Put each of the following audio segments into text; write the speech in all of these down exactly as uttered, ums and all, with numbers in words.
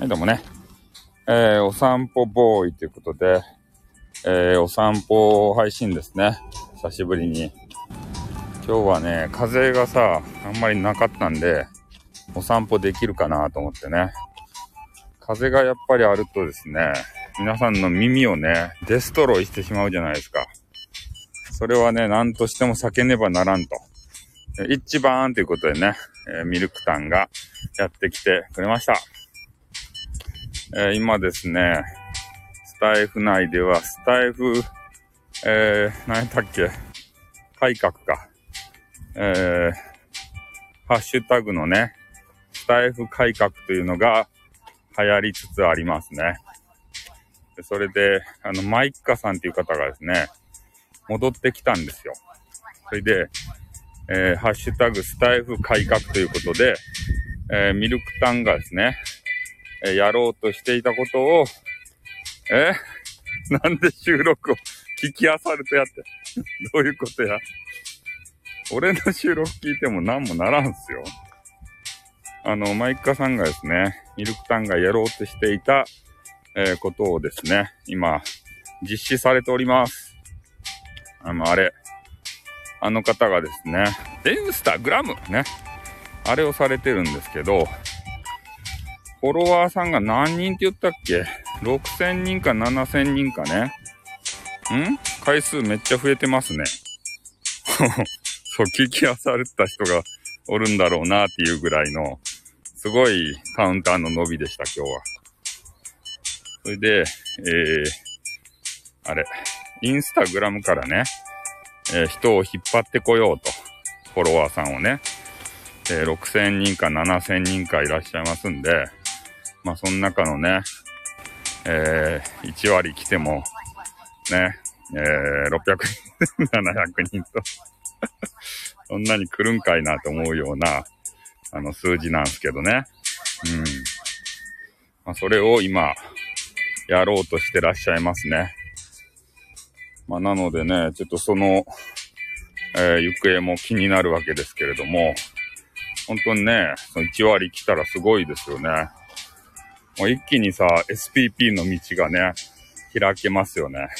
はい、どうもね。えー、お散歩ボーイということで、えー、お散歩配信ですね。久しぶりに。今日はね、風がさ、あんまりなかったんで、お散歩できるかなと思ってね。風がやっぱりあるとですね、皆さんの耳をね、デストロイしてしまうじゃないですか。それはね、何としても避けねばならんと。一番ということでね、えー、ミルクタンがやってきてくれました。えー、今ですね、スタイフ内ではスタイフ、えー、何だっけ、改革か。えー、ハッシュタグのね、スタイフ改革というのが流行りつつありますね。でそれで、あの、マイッカさんっていう方がですね、戻ってきたんですよ。それで、えー、ハッシュタグスタイフ改革ということで、えー、ミルクタンがですね、えー、やろうとしていたことを、えー、なんで収録を聞き漁るとやって、どういうことや。俺の収録聞いても何もならんすよ。あの、マイッカさんがですね、ミルクタンがやろうとしていた、えー、ことをですね、今、実施されております。あの、あれ、あの方がですね、インスタグラムね、あれをされてるんですけど、フォロワーさんが何人って言ったっけ ?ろくせん 人かななせん人かね。ん回数めっちゃ増えてますね。そう、聞き漁った人がおるんだろうなっていうぐらいの、すごいカウンターの伸びでした、今日は。それで、えー、あれ、インスタグラムからね、えー、人を引っ張ってこようと、フォロワーさんをね、えー、ろくせんにんかななせん人かいらっしゃいますんで、まあその中のね、えー、いち割来ても、ね、えー、ろっぴゃくにん、ななひゃくにんと、そんなに来るんかいなと思うような、あの数字なんですけどね。うん。まあそれを今、やろうとしてらっしゃいますね。まあなのでね、ちょっとその、えー、行方も気になるわけですけれども、本当にね、そのいち割来たらすごいですよね。もう一気にさ、エスピーピー の道がね、開けますよね。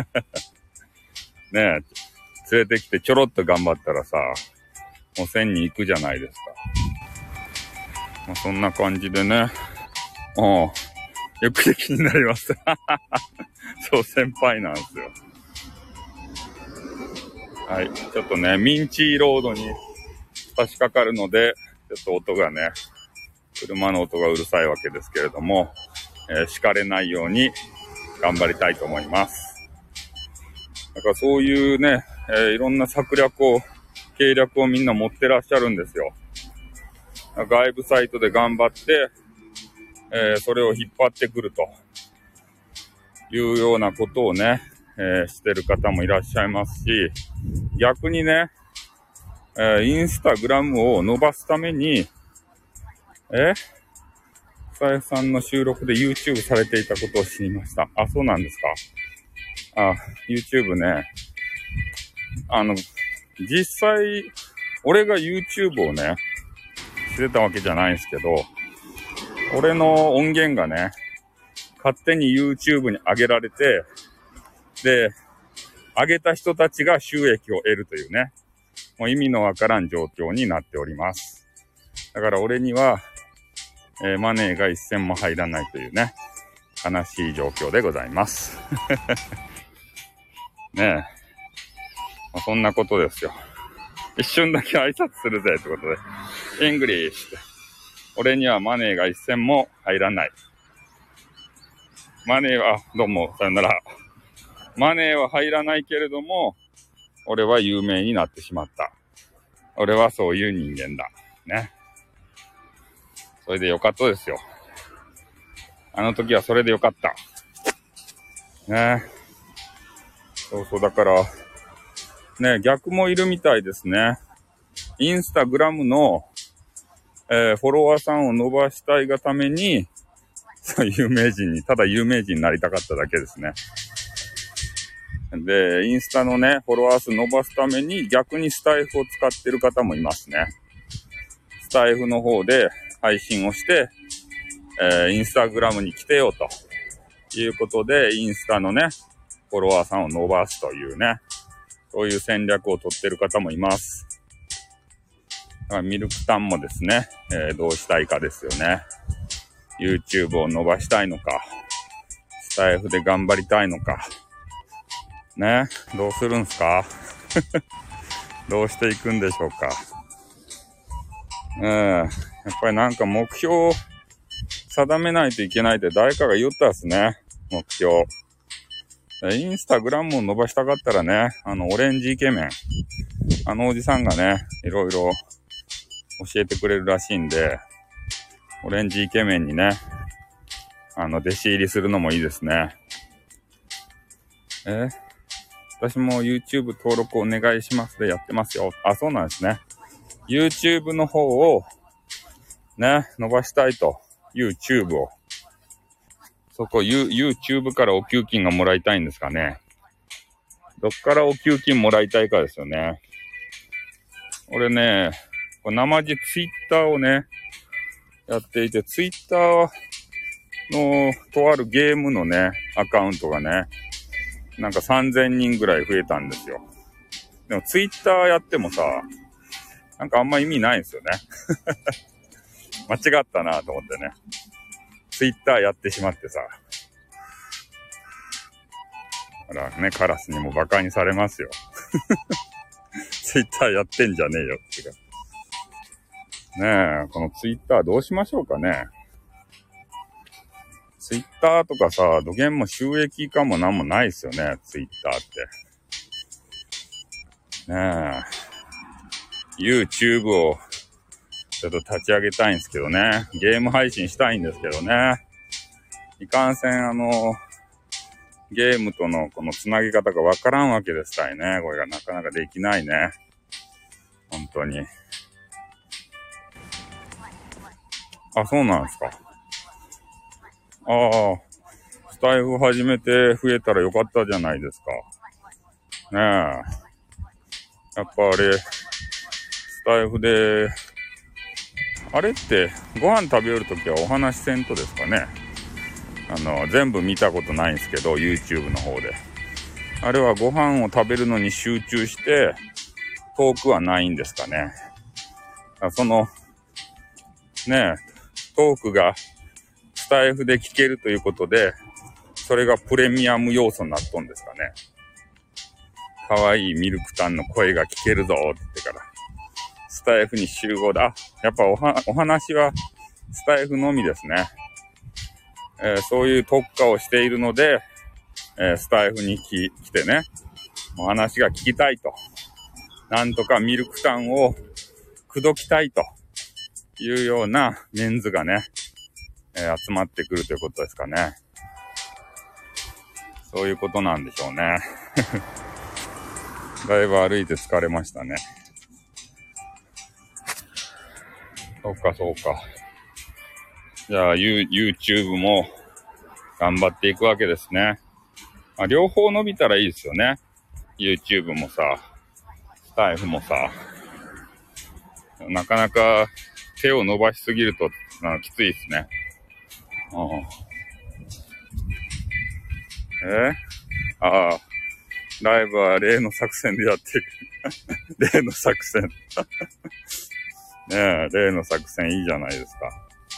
ねえ、連れてきてちょろっと頑張ったらさ、もうせんにん行くじゃないですか。まあ、そんな感じでね、うん、よく気になります。そう、先輩なんですよ。はい、ちょっとね、ミンチーロードに差し掛かるので、ちょっと音がね、車の音がうるさいわけですけれども、えー、敷かれないように頑張りたいと思います。だからそういうね、えー、いろんな策略を、計略をみんな持ってらっしゃるんですよ。外部サイトで頑張って、えー、それを引っ張ってくるというようなことをね、えー、してる方もいらっしゃいますし、逆にね、えー、インスタグラムを伸ばすために、えさえさんの収録で YouTube されていたことを知りました。あ、そうなんですか。あ、YouTube ね。あの、実際、俺が YouTube をね、してたわけじゃないんですけど、俺の音源がね、勝手に YouTube に上げられて、で、上げた人たちが収益を得るというね、もう意味のわからん状況になっております。だから俺には、えー、マネーが一銭も入らないというね、悲しい状況でございます。ねえ。まあ、そんなことですよ。一瞬だけ挨拶するぜってことで。イングリッシュ。俺にはマネーが一銭も入らない。マネーは、どうも、さよなら。マネーは入らないけれども、俺は有名になってしまった。俺はそういう人間だ。ね。それでよかったですよ。あの時はそれでよかった。ね。そうそう、だから、ね、逆もいるみたいですね。インスタグラムの、えー、フォロワーさんを伸ばしたいがために、有名人に、ただ有名人になりたかっただけですね。で、インスタのね、フォロワー数伸ばすために逆にスタイフを使ってる方もいますね。スタイフの方で配信をして、 えー、インスタグラムに来てよということで、インスタのね、フォロワーさんを伸ばすというね、そういう戦略を取ってる方もいます。だからミルクタンもですね、えー、どうしたいかですよね。YouTube を伸ばしたいのか、スタイフで頑張りたいのか、ね、どうするんすかどうしていくんでしょうか。うん、やっぱりなんか目標を定めないといけないって誰かが言ったっすね、目標。インスタグラムを伸ばしたかったらね、あのオレンジイケメン、あのおじさんがね、いろいろ教えてくれるらしいんで、オレンジイケメンにね、あの弟子入りするのもいいですね。え私も YouTube 登録お願いしますでやってますよ。あ、そうなんですね。YouTube の方をね、伸ばしたいと。YouTube を。そこ、You、YouTube からお給金がもらいたいんですかね。どっからお給金もらいたいかですよね。俺ね、生地 Twitter をね、やっていて、Twitter のとあるゲームのね、アカウントがね、なんかさんぜんにんぐらい増えたんですよ。でも Twitter やってもさ、なんかあんま意味ないんですよね。間違ったなと思ってね。Twitter やってしまってさ。ほらね、カラスにもバカにされますよ。Twitter やってんじゃねえよってか。ねえ、この Twitter どうしましょうかね。Twitter とかさ、どげんも収益化もなんもないですよね、Twitter って。ねえ。YouTube をちょっと立ち上げたいんですけどね。ゲーム配信したいんですけどね。いかんせん、あの、ゲームとのこのつなぎ方がわからんわけですたいね。これがなかなかできないね。本当に。あ、そうなんですか。ああ、スタイフ始めて増えたらよかったじゃないですか。ねえ。やっぱあれ、スタイフで、あれってご飯食べるときはお話せんとですかね。あの、全部見たことないんですけど、YouTube の方で。あれはご飯を食べるのに集中して、トークはないんですかね。その、ねえ、トークがスタイフで聞けるということで、それがプレミアム要素になっとんですかね。かわいいミルクタンの声が聞けるぞって言ってから、スタイフに集合だ。あ、やっぱおは、お話はスタイフのみですね。えー、そういう特化をしているので、えー、スタイフに来てね、お話が聞きたいと。なんとかミルクタンを口説きたいというようなメンズがね、えー、集まってくるということですかね。そういうことなんでしょうね。だいぶ歩いて疲れましたね。そうかそうか。じゃあ、ユー、YouTube も頑張っていくわけですね。まあ、両方伸びたらいいですよね。YouTube もさ、スタイフもさ。なかなか手を伸ばしすぎるとあのきついですね。うん、えああ、ライブは例の作戦でやっていく。例の作戦。ねえ、例の作戦いいじゃないですか。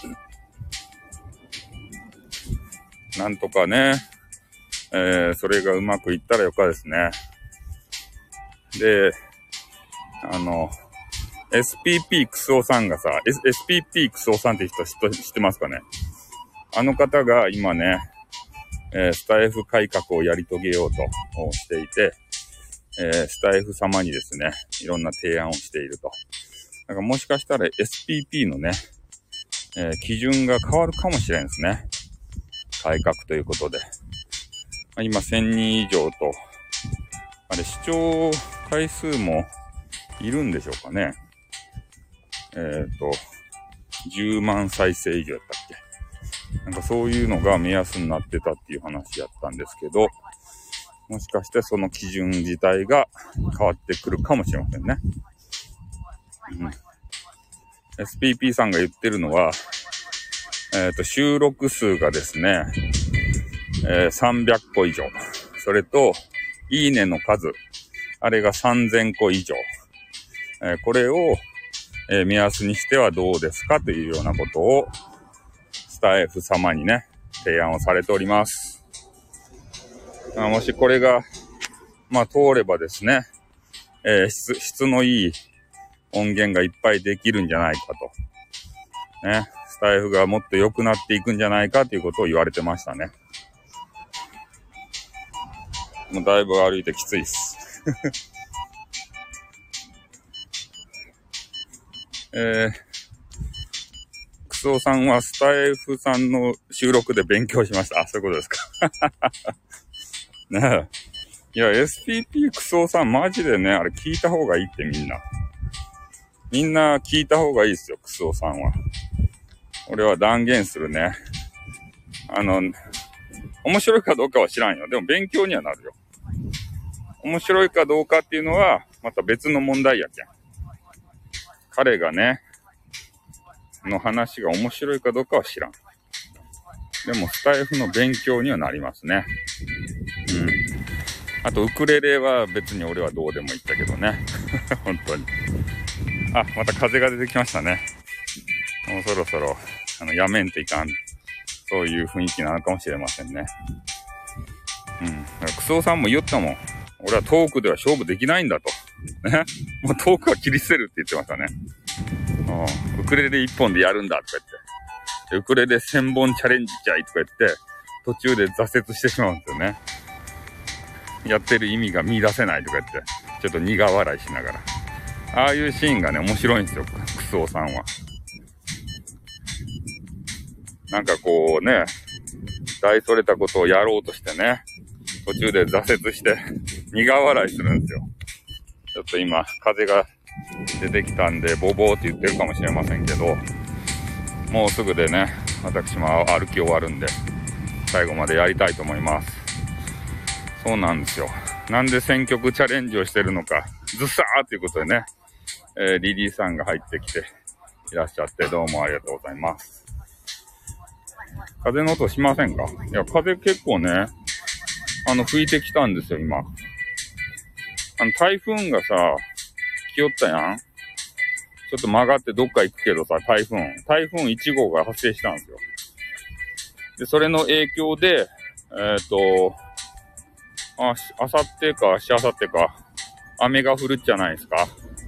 なんとかね、えー、それがうまくいったらよかですね。で、あの、エスピーピー クソさんがさ、エスピーピー クソさんって人知ってますかね。あの方が今ね、えー、スタイフ改革をやり遂げようとしていて、えー、スタイフ様にですね、いろんな提案をしていると。だからもしかしたら エスピーピー のね、えー、基準が変わるかもしれんですね。改革ということで。今せんにん以上と、あれ視聴回数もいるんでしょうかね。えっと、じゅうまん再生以上やったっけ。なんかそういうのが目安になってたっていう話やったんですけど、もしかしてその基準自体が変わってくるかもしれませんね。うん、エスピーピー さんが言ってるのは、 えっと、収録数がですね、えー、さんびゃっこ以上。それと、いいねの数。あれがさんぜんこ以上。えー、これを、えー、目安にしてはどうですかというようなことを、スタイフ様にね、提案をされております。あ、もしこれが、まあ、通ればですね、えー、質、質のいい音源がいっぱいできるんじゃないかと。ね。スタイフがもっと良くなっていくんじゃないかということを言われてましたね。もうだいぶ歩いてきついっす。えー、クソさんはスタイフさんの収録で勉強しました。あ、そういうことですか。ねえ。いや、エスピーピー クソさんマジでね、あれ聞いた方がいいってみんな。みんな聞いた方がいいっすよ、クソさんは。俺は断言するね。あの、面白いかどうかは知らんよ。でも勉強にはなるよ。面白いかどうかっていうのは、また別の問題やけん。彼がね、の話が面白いかどうかは知らん。でも、スタイフの勉強にはなりますね。うん。あと、ウクレレは別に俺はどうでもいいったけどね。本当に。あ、また風が出てきましたね。もうそろそろ、あの、やめんといかん。そういう雰囲気なのかもしれませんね。うん。だからクソさんも言ったもん。俺はトークでは勝負できないんだと。ね。もうトークは切り捨てるって言ってましたね。うん。ウクレレ一本でやるんだとか言って。ウクレレ千本チャレンジちゃいとか言って、途中で挫折してしまうんですよね。やってる意味が見出せないとか言って、ちょっと苦笑いしながら。ああいうシーンがね、面白いんですよ、クソさんは。なんかこうね、大それたことをやろうとしてね、途中で挫折して苦笑いするんですよ。ちょっと今風が出てきたんでボボーって言ってるかもしれませんけど、もうすぐでね、私も歩き終わるんで最後までやりたいと思います。そうなんですよ。なんで選曲チャレンジをしてるのか、ずさーっていうことでね、えー、リリーさんが入ってきていらっしゃって、どうもありがとうございます。風の音しませんか？いや、風結構ね、あの、吹いてきたんですよ、今。あの、台風がさ、来よったやん。ちょっと曲がってどっか行くけどさ、台風。台風いち号が発生したんですよ。で、それの影響で、えっと、あ、あさってか、しあさってか、雨が降るじゃないですか。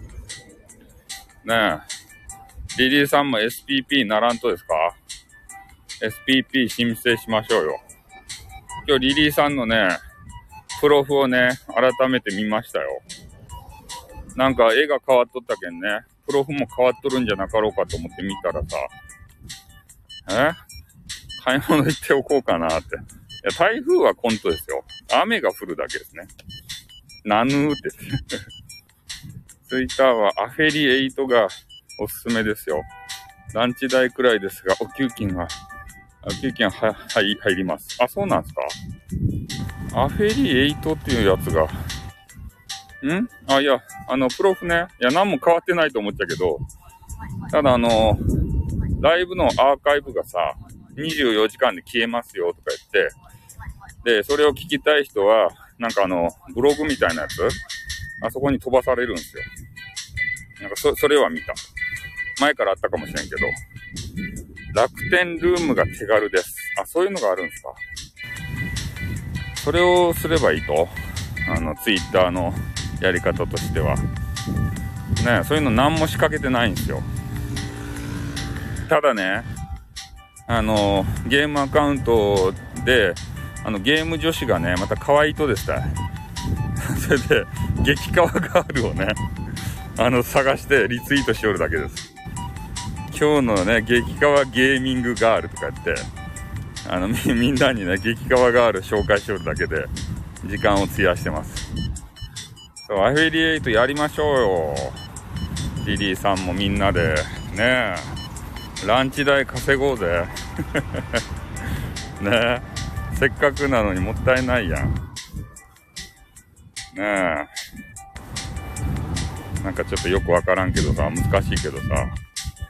ねえ。リリーさんも エスピーピー ならんとですか？ エスピーピー 申請しましょうよ。今日リリーさんのね、プロフをね、改めて見ましたよ。なんか絵が変わっとったけんね、プロフも変わっとるんじゃなかろうかと思って見たらさ、え買い物行っておこうかなって。いや、台風はコントですよ。雨が降るだけですね。なぬーって。ツイッターはアフェリエイトがおすすめですよ。ランチ代くらいですが、お給金は、お給金は、は、はい、入ります。あ、そうなんですか？アフェリエイトっていうやつが、んあ、いや、あの、プロフね。いや、何も変わってないと思っちゃうけど、ただあの、ライブのアーカイブがさ、にじゅうよじかんで消えますよとか言って、で、それを聞きたい人は、なんかあの、ブログみたいなやつ、あそこに飛ばされるんですよ。なんかそ、それは見た。前からあったかもしれんけど、楽天ルームが手軽です。あ、そういうのがあるんですか。それをすればいいと、あの、ツイッターのやり方としては。ね、そういうの何も仕掛けてないんですよ。ただね、あの、ゲームアカウントで、あの、ゲーム女子がね、また可愛いとですね。それで、激カワガールをね、あの、探してリツイートしよるだけです。今日のね、激カワゲーミングガールとか言って、あの、み、みんなにね、激カワガール紹介しよるだけで、時間を費やしてます。そう、アフィリエイトやりましょうよ。リリーさんもみんなで、ねえ、ランチ代稼ごうぜ。ねえ、せっかくなのにもったいないやん。ねえ。なんかちょっとよくわからんけどさ、難しいけどさ、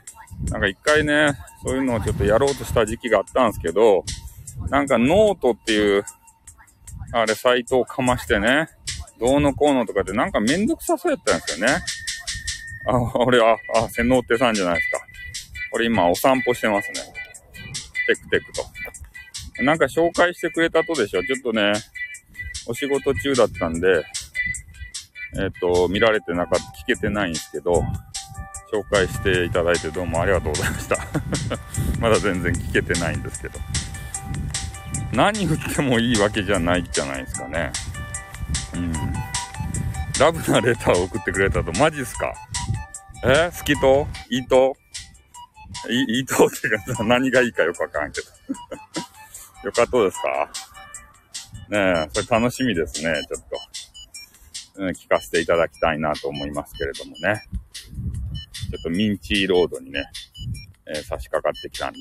なんか一回ね、そういうのをちょっとやろうとした時期があったんですけど、なんかノートっていう、あれサイトをかましてね、どうのこうのとかってなんかめんどくさそうやったんですよね。あ、俺、あ、あ、千能手さんじゃないですか。俺今お散歩してますね。テクテクと。なんか紹介してくれたとでしょ。ちょっとね、お仕事中だったんで、えっと、見られてなかった、聞けてないんですけど、紹介していただいてどうもありがとうございました。まだ全然聞けてないんですけど。何言ってもいいわけじゃないじゃないですかね。うん。ラブなレターを送ってくれたと、マジっすか？え好きといいといいとっていうか何がいいかよくわからんけど。よかったですか？ねえ、それ楽しみですね、ちょっと。うん、聞かせていただきたいなと思いますけれどもね。ちょっとミンチーロードにね、えー、差し掛かってきたんで。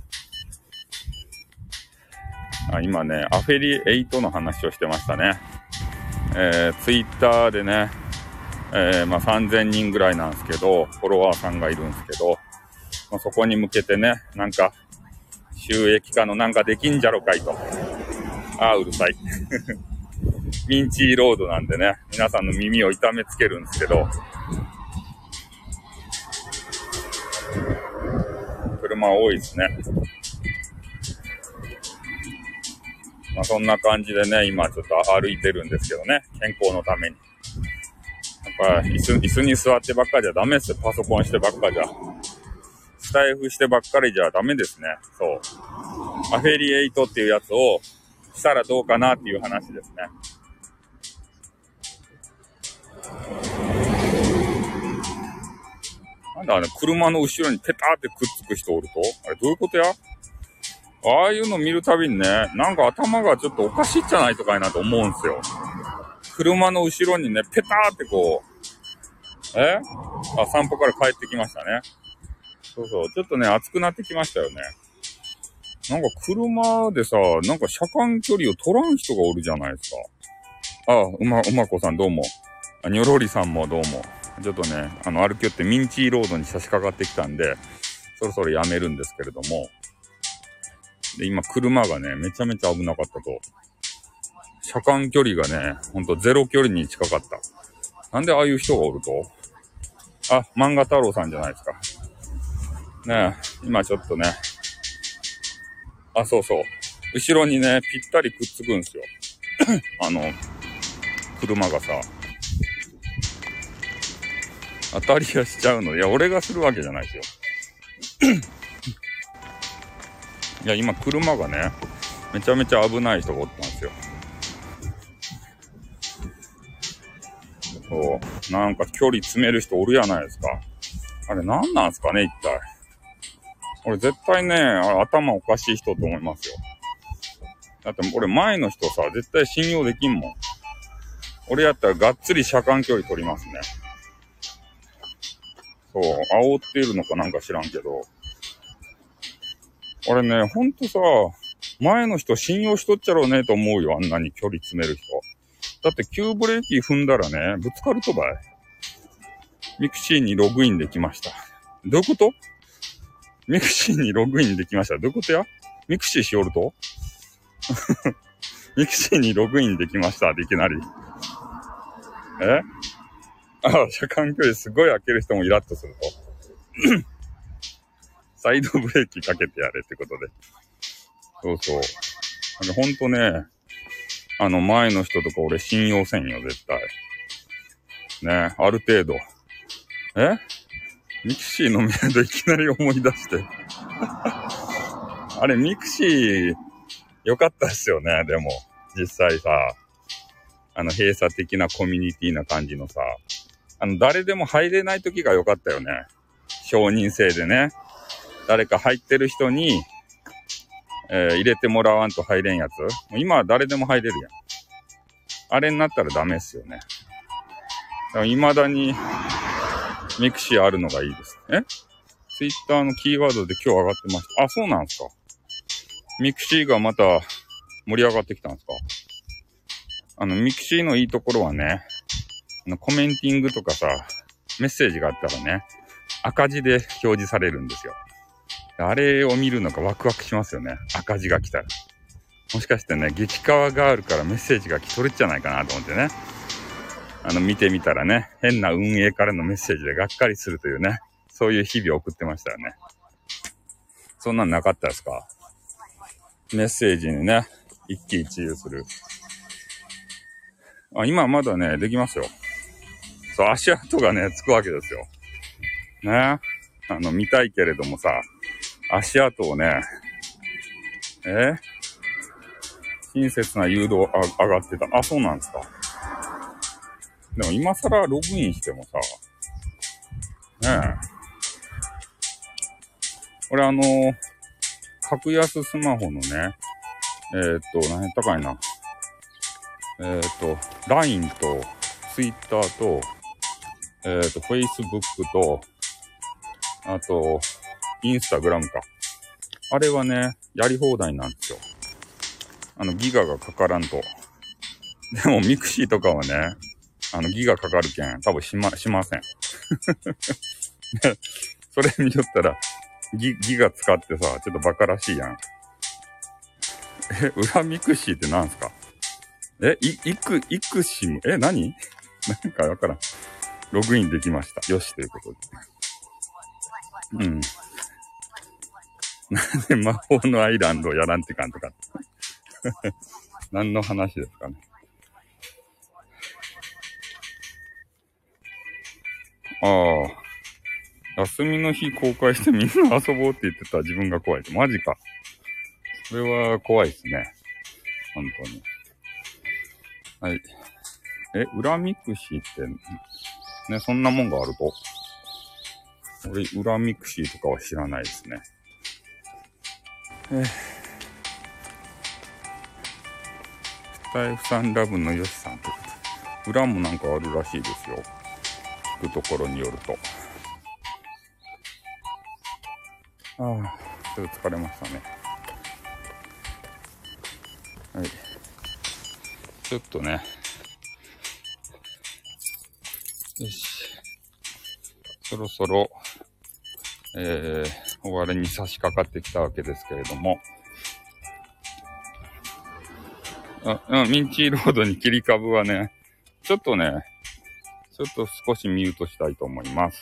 あ、今ね、アフェリエイトの話をしてましたね。えー、ツイッターでね、えー、まあさんぜんにんぐらいなんですけど、フォロワーさんがいるんですけど、まあ、そこに向けてね、なんか、収益化のなんかできんじゃろかいと。あー、うるさい。ミンチーロードなんでね、皆さんの耳を痛めつけるんですけど、車多いですね。まあそんな感じでね、今ちょっと歩いてるんですけどね、健康のために。やっぱ椅子、椅子に座ってばっかりじゃダメですよ。パソコンしてばっかりじゃ。スタイフしてばっかりじゃダメですね。そう。アフェリエイトっていうやつをしたらどうかなっていう話ですね。なんだあれ、車の後ろにペターってくっつく人おると、あれどういうことや？ああいうの見るたびにね、なんか頭がちょっとおかしいっちゃないとかいなと思うんですよ。車の後ろにね、ペターってこう、えあ、散歩から帰ってきましたね。そうそう、ちょっとね、暑くなってきましたよね。なんか車でさ、なんか車間距離を取らん人がおるじゃないですか。あ、うま、うまこさんどうも。にょろりさんもどうも。ちょっとね、あの、歩き寄ってミンチーロードに差し掛かってきたんで、そろそろやめるんですけれども。で、今、車がね、めちゃめちゃ危なかったと。車間距離がね、ほんとゼロ距離に近かった。なんでああいう人がおると？あ、漫画太郎さんじゃないですか。ねえ、今ちょっとね、あ、そうそう。後ろにね、ぴったりくっつくんですよ。あの、車がさ、当たりはしちゃうの。いや、俺がするわけじゃないですよ。いや、今、車がね、めちゃめちゃ危ない人がおったんですよ。そう。なんか距離詰める人おるやないですか。あれ何なんすかね、一体。俺絶対ね、あれ頭おかしい人と思いますよ。だって俺前の人さ、絶対信用できんもん。俺やったらがっつり車間距離取りますね。そう、煽っているのかなんか知らんけど。俺ね、ほんとさ、前の人信用しとっちゃろうねと思うよ、あんなに距離詰める人。だって急ブレーキ踏んだらね、ぶつかるとばい。ミクシーにログインできました。どういうこと？ミクシーにログインできました。どういうことや？ミクシーしおるとミクシーにログインできましたっていきなり。えあ、車間距離すごい開ける人もイラッとすると。サイドブレーキかけてやれってことで。そうそう。あれほんとね、あの前の人とか俺信用せんよ、絶対。ね、ある程度。えミクシーのメイドいきなり思い出して。あれミクシー良かったっすよね、でも。実際さ、あの閉鎖的なコミュニティな感じのさ、あの誰でも入れない時が良かったよね。承認制でね。誰か入ってる人に、えー、入れてもらわんと入れんやつ。もう今は誰でも入れるやん。あれになったらダメっすよね。だから未だにミクシーあるのがいいです。えツイッターのキーワードで今日上がってました。あ、そうなんすか。ミクシーがまた盛り上がってきたんですか。あの、ミクシーのいいところはね、あのコメンティングとかさ、メッセージがあったらね、 赤字で表示されるんですよ。あれを見るのがワクワクしますよね。赤字が来たら。もしかしてね、激川があるからメッセージが来とるんじゃないかなと思ってね。あの、見てみたらね、変な運営からのメッセージでがっかりするというね、そういう日々を送ってましたよね。そんなんなかったですか？メッセージにね、一喜一憂する。あ、今まだね、できますよ。そう、足跡がね、つくわけですよ。ね。あの、見たいけれどもさ、足跡をね、え親切な誘導あ上がってた。あ、そうなんですか。でも今更ログインしてもさ、ねえ。俺あのー、格安スマホのね、えー、っと、何やったかいな。えー、っと、ライン と Twitter と、えー、っと、Facebook と、あと、Instagram か。あれはね、やり放題なんですよ。あの、ギガがかからんと。でも、ミクシーとかはね、あの、ギガかかるけん、多分しま、しません。それによったら、ギ、ギガ使ってさ、ちょっとバカらしいやん。え、裏ミクシーってなんすか？え、い、いく、いくしむ、え、何なんかわからん。ログインできました。よし、ということで。うん。なんで魔法のアイランドをやらんってかんとか。何の話ですかね。ああ。休みの日公開してみんな遊ぼうって言ってた自分が怖い。マジか。それは怖いですね。本当に。はい。え、裏ミクシーって、ね、そんなもんがあると？俺、裏ミクシーとかは知らないですね。えー、スタイフさんラブのヨシさんってこと。裏もなんかあるらしいですよ。聞くところによると。ああ、ちょっと疲れましたね。はい。ちょっとね。よし。そろそろ、えー、終わりに差し掛かってきたわけですけれども。あ、うん、ミンチーロードに切り株はね、ちょっとね、ちょっと少しミュートしたいと思います。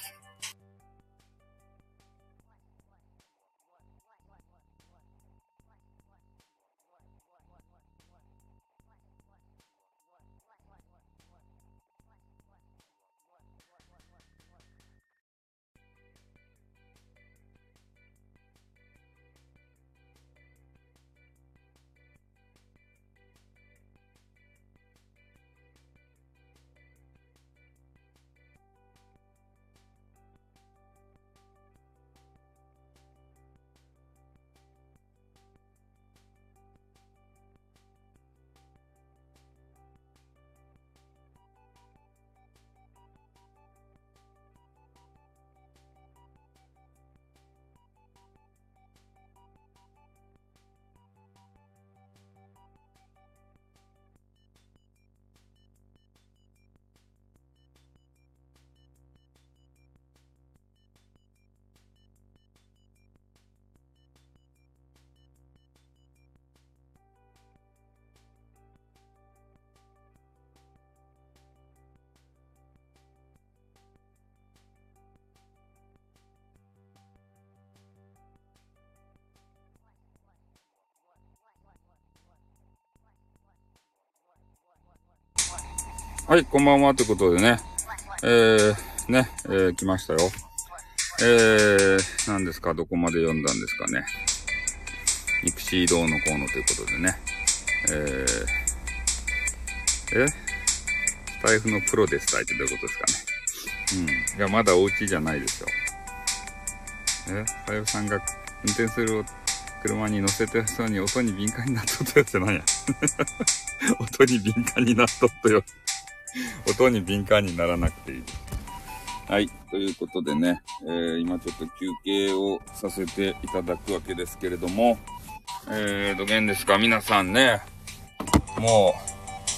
はい、こんばんはということでね、えー、ね、えー、来ましたよ。えー、何ですか、どこまで読んだんですかね。ミクシーどうのこうのということでね、えー、えスタイフのプロですってどういうことですかね。うん。いや、まだお家じゃないですよ。えスタイフさんが運転する車に乗せてそうに音に敏感になっとったよってなんや。音に敏感になっとったよ。音に敏感にならなくていい。はい。ということでね、えー、今ちょっと休憩をさせていただくわけですけれども、えー、どげんですか皆さんね、も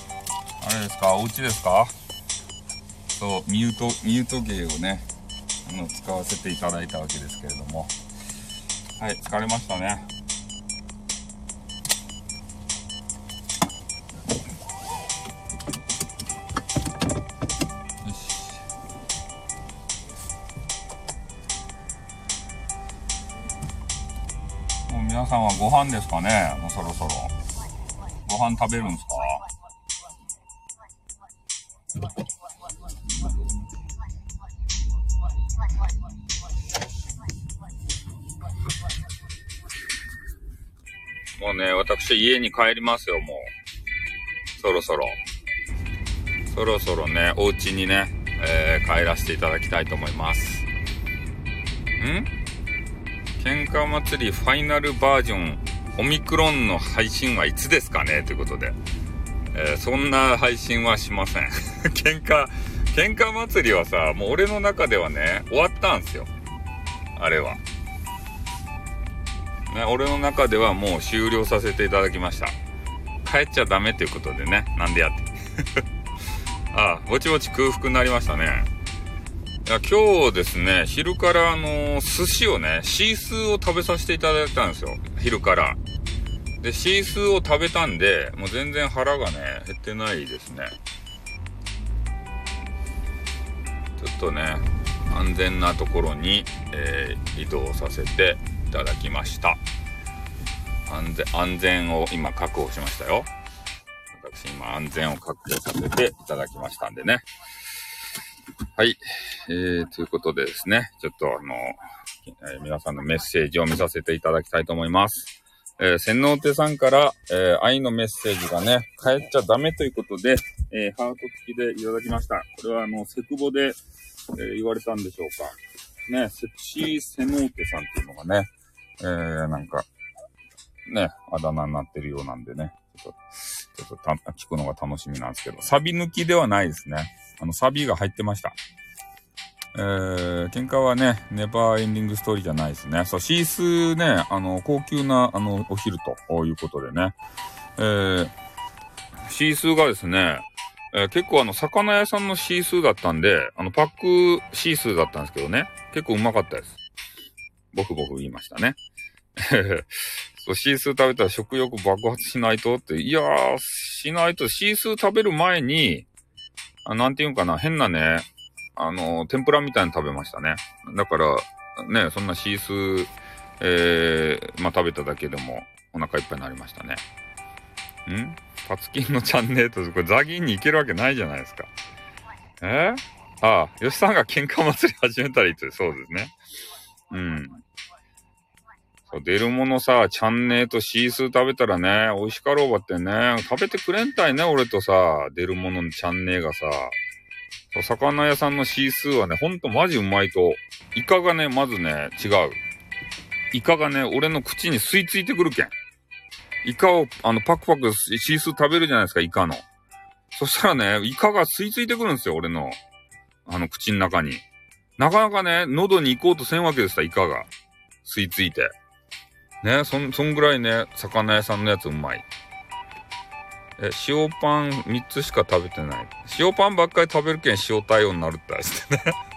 う、あれですかお家ですかそう、ミュート、ミュート芸をね、 の使わせていただいたわけですけれども、はい、疲れましたね。よし。もう皆さんはご飯ですかね。もうそろそろご飯食べるんですか？もうね、私家に帰りますよ、もう。そろそろ。そろそろね、お家にね、えー、帰らせていただきたいと思います。ん？喧嘩祭りファイナルバージョン、オミクロンの配信はいつですかねということで。えー、そんな配信はしません。喧嘩、喧嘩祭りはさ、もう俺の中ではね、終わったんですよ。あれは。ね、俺の中ではもう終了させていただきました。帰っちゃダメということでね。なんでやって。ああ、ぼちぼち空腹になりましたね。いや、今日ですね、昼からあのー、寿司をね、シースーを食べさせていただいたんですよ。昼から。で、シースーを食べたんで、もう全然腹がね、減ってないですね。ちょっとね、安全なところに、えー、移動させていただきました。安全、安全を今確保しましたよ。私今安全を確保させていただきましたんでね。はい。えー、ということでですね、ちょっとあの、えー、皆さんのメッセージを見させていただきたいと思います。えー、洗脳手さんから、えー、愛のメッセージがね、帰っちゃダメということで、えー、ハート付きでいただきました。これはあの、セクボで、えー、言われたんでしょうか。ね、セクシーセノーテさんっていうのがね、えー、なんか、ね、あだ名になってるようなんでね、ちょっと、ちょっとた聞くのが楽しみなんですけど、サビ抜きではないですね。あの、サビが入ってました。えー、喧嘩はね、ネバーエンディングストーリーじゃないですね。そう、シースーね、あの、高級な、あの、お昼ということでね、えー、シースーがですね、えー、結構あの、魚屋さんのシースーだったんで、あの、パックシースーだったんですけどね、結構うまかったです。ボクボク言いましたね。そう、シースー食べたら食欲爆発しないとって、いやー、しないと、シースー食べる前に、あ、なんていうんかな、変なね、あの、天ぷらみたいに食べましたね。だから、ね、そんなシースー、えー、まあ、食べただけでもお腹いっぱいになりましたね。んパツキンのチャンネルと、これザギンに行けるわけないじゃないですか。えー、ああ、吉さんが喧嘩祭り始めたらいいって、そうですね。うん。出るものさ、チャンネルとシースー食べたらね、美味しかろうばってね、食べてくれんたいね、俺とさ、出るもののチャンネルがさ、魚屋さんのシースーはね、ほんとマジうまいと。イカがね、まずね、違う。イカがね、俺の口に吸い付いてくるけん。イカを、あの、パクパクシースー食べるじゃないですか、イカの。そしたらね、イカが吸い付いてくるんですよ、俺の、あの、口の中に。なかなかね、喉に行こうとせんわけですよ、イカが。吸い付いて。ね、そん、そんぐらいね、魚屋さんのやつうまい。え、塩パンみっつしか食べてない。塩パンばっかり食べるけん塩対応になるってあしてね。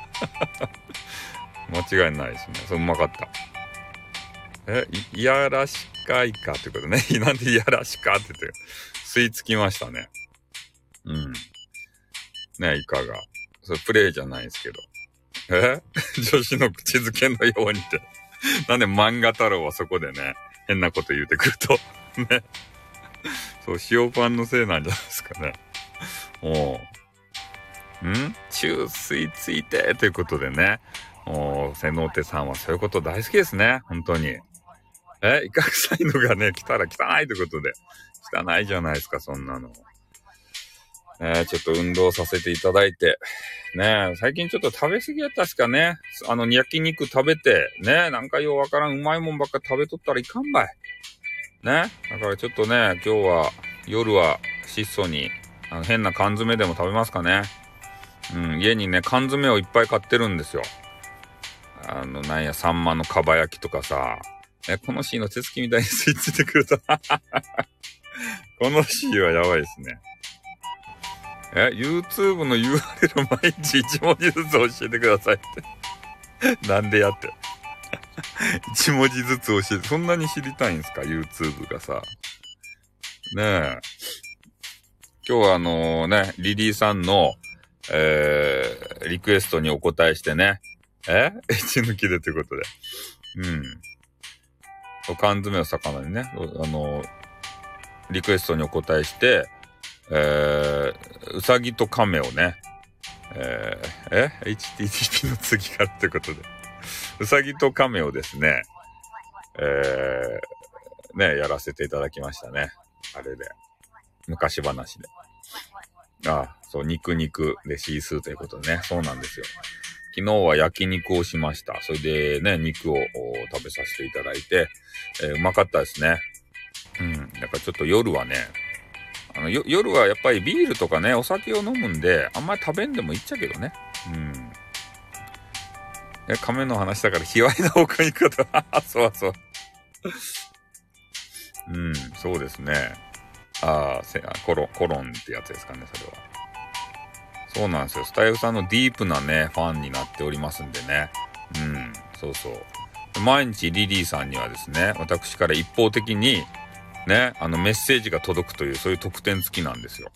間違いないですね。それうまかった。え、い、いやらしかいかってことね。なんでいやらしかって言って、吸い付きましたね。うん。ね、イカが。それプレイじゃないですけど。え女子の口づけのようにって。なんで漫画太郎はそこでね、変なこと言うてくると。ね。そう、塩パンのせいなんじゃないですかね。おう。ん中水ついてということでね。お瀬能手さんはそういうこと大好きですね。本当に。え、イカ臭いのがね、来たら汚いということで。汚いじゃないですか、そんなの。ね、ちょっと運動させていただいて。ね、最近ちょっと食べ過ぎやったしかね。あの、焼肉食べて、ね、なんかようわからんうまいもんばっか食べとったらいかんばい。ね。だからちょっとね、今日は、夜は質素に、あの変な缶詰でも食べますかね。うん、家にね、缶詰をいっぱい買ってるんですよ。あの、なんや、サンマのかば焼きとかさ。え、このシーの手つきみたいに吸い付いてくると。このシーはやばいですね。え、YouTube の ユーアールエル 毎日いち文字ずつ教えてくださいって。 なんでやって。一文字ずつ教えて、そんなに知りたいんですか ?YouTube がさ。ねえ。今日はあのね、リリーさんの、えー、リクエストにお答えしてね。え一抜きでということで。うん。缶詰の魚にね、あの、リクエストにお答えして、えー、うさぎと亀をね、えー、え エイチティーティーピー の次からということで。うさぎと亀をですね、えー、ね、やらせていただきましたね。あれで。昔話で。ああ、そう、肉肉でシースーということでね。そうなんですよ。昨日は焼肉をしました。それでね、肉を食べさせていただいて、えー、うまかったですね。うん。だからちょっと夜はね、あの、よ、夜はやっぱりビールとかね、お酒を飲むんで、あんまり食べんでもいいっちゃけどね。うん。え、亀の話だから、卑猥な方向に行くこと。そうそう。うん、そうですね。ああ、コロン、コロンってやつですかね、それは。そうなんですよ。スタイフさんのディープなね、ファンになっておりますんでね。うん、そうそう。毎日リリーさんにはですね、私から一方的に、ね、あのメッセージが届くという、そういう特典付きなんですよ。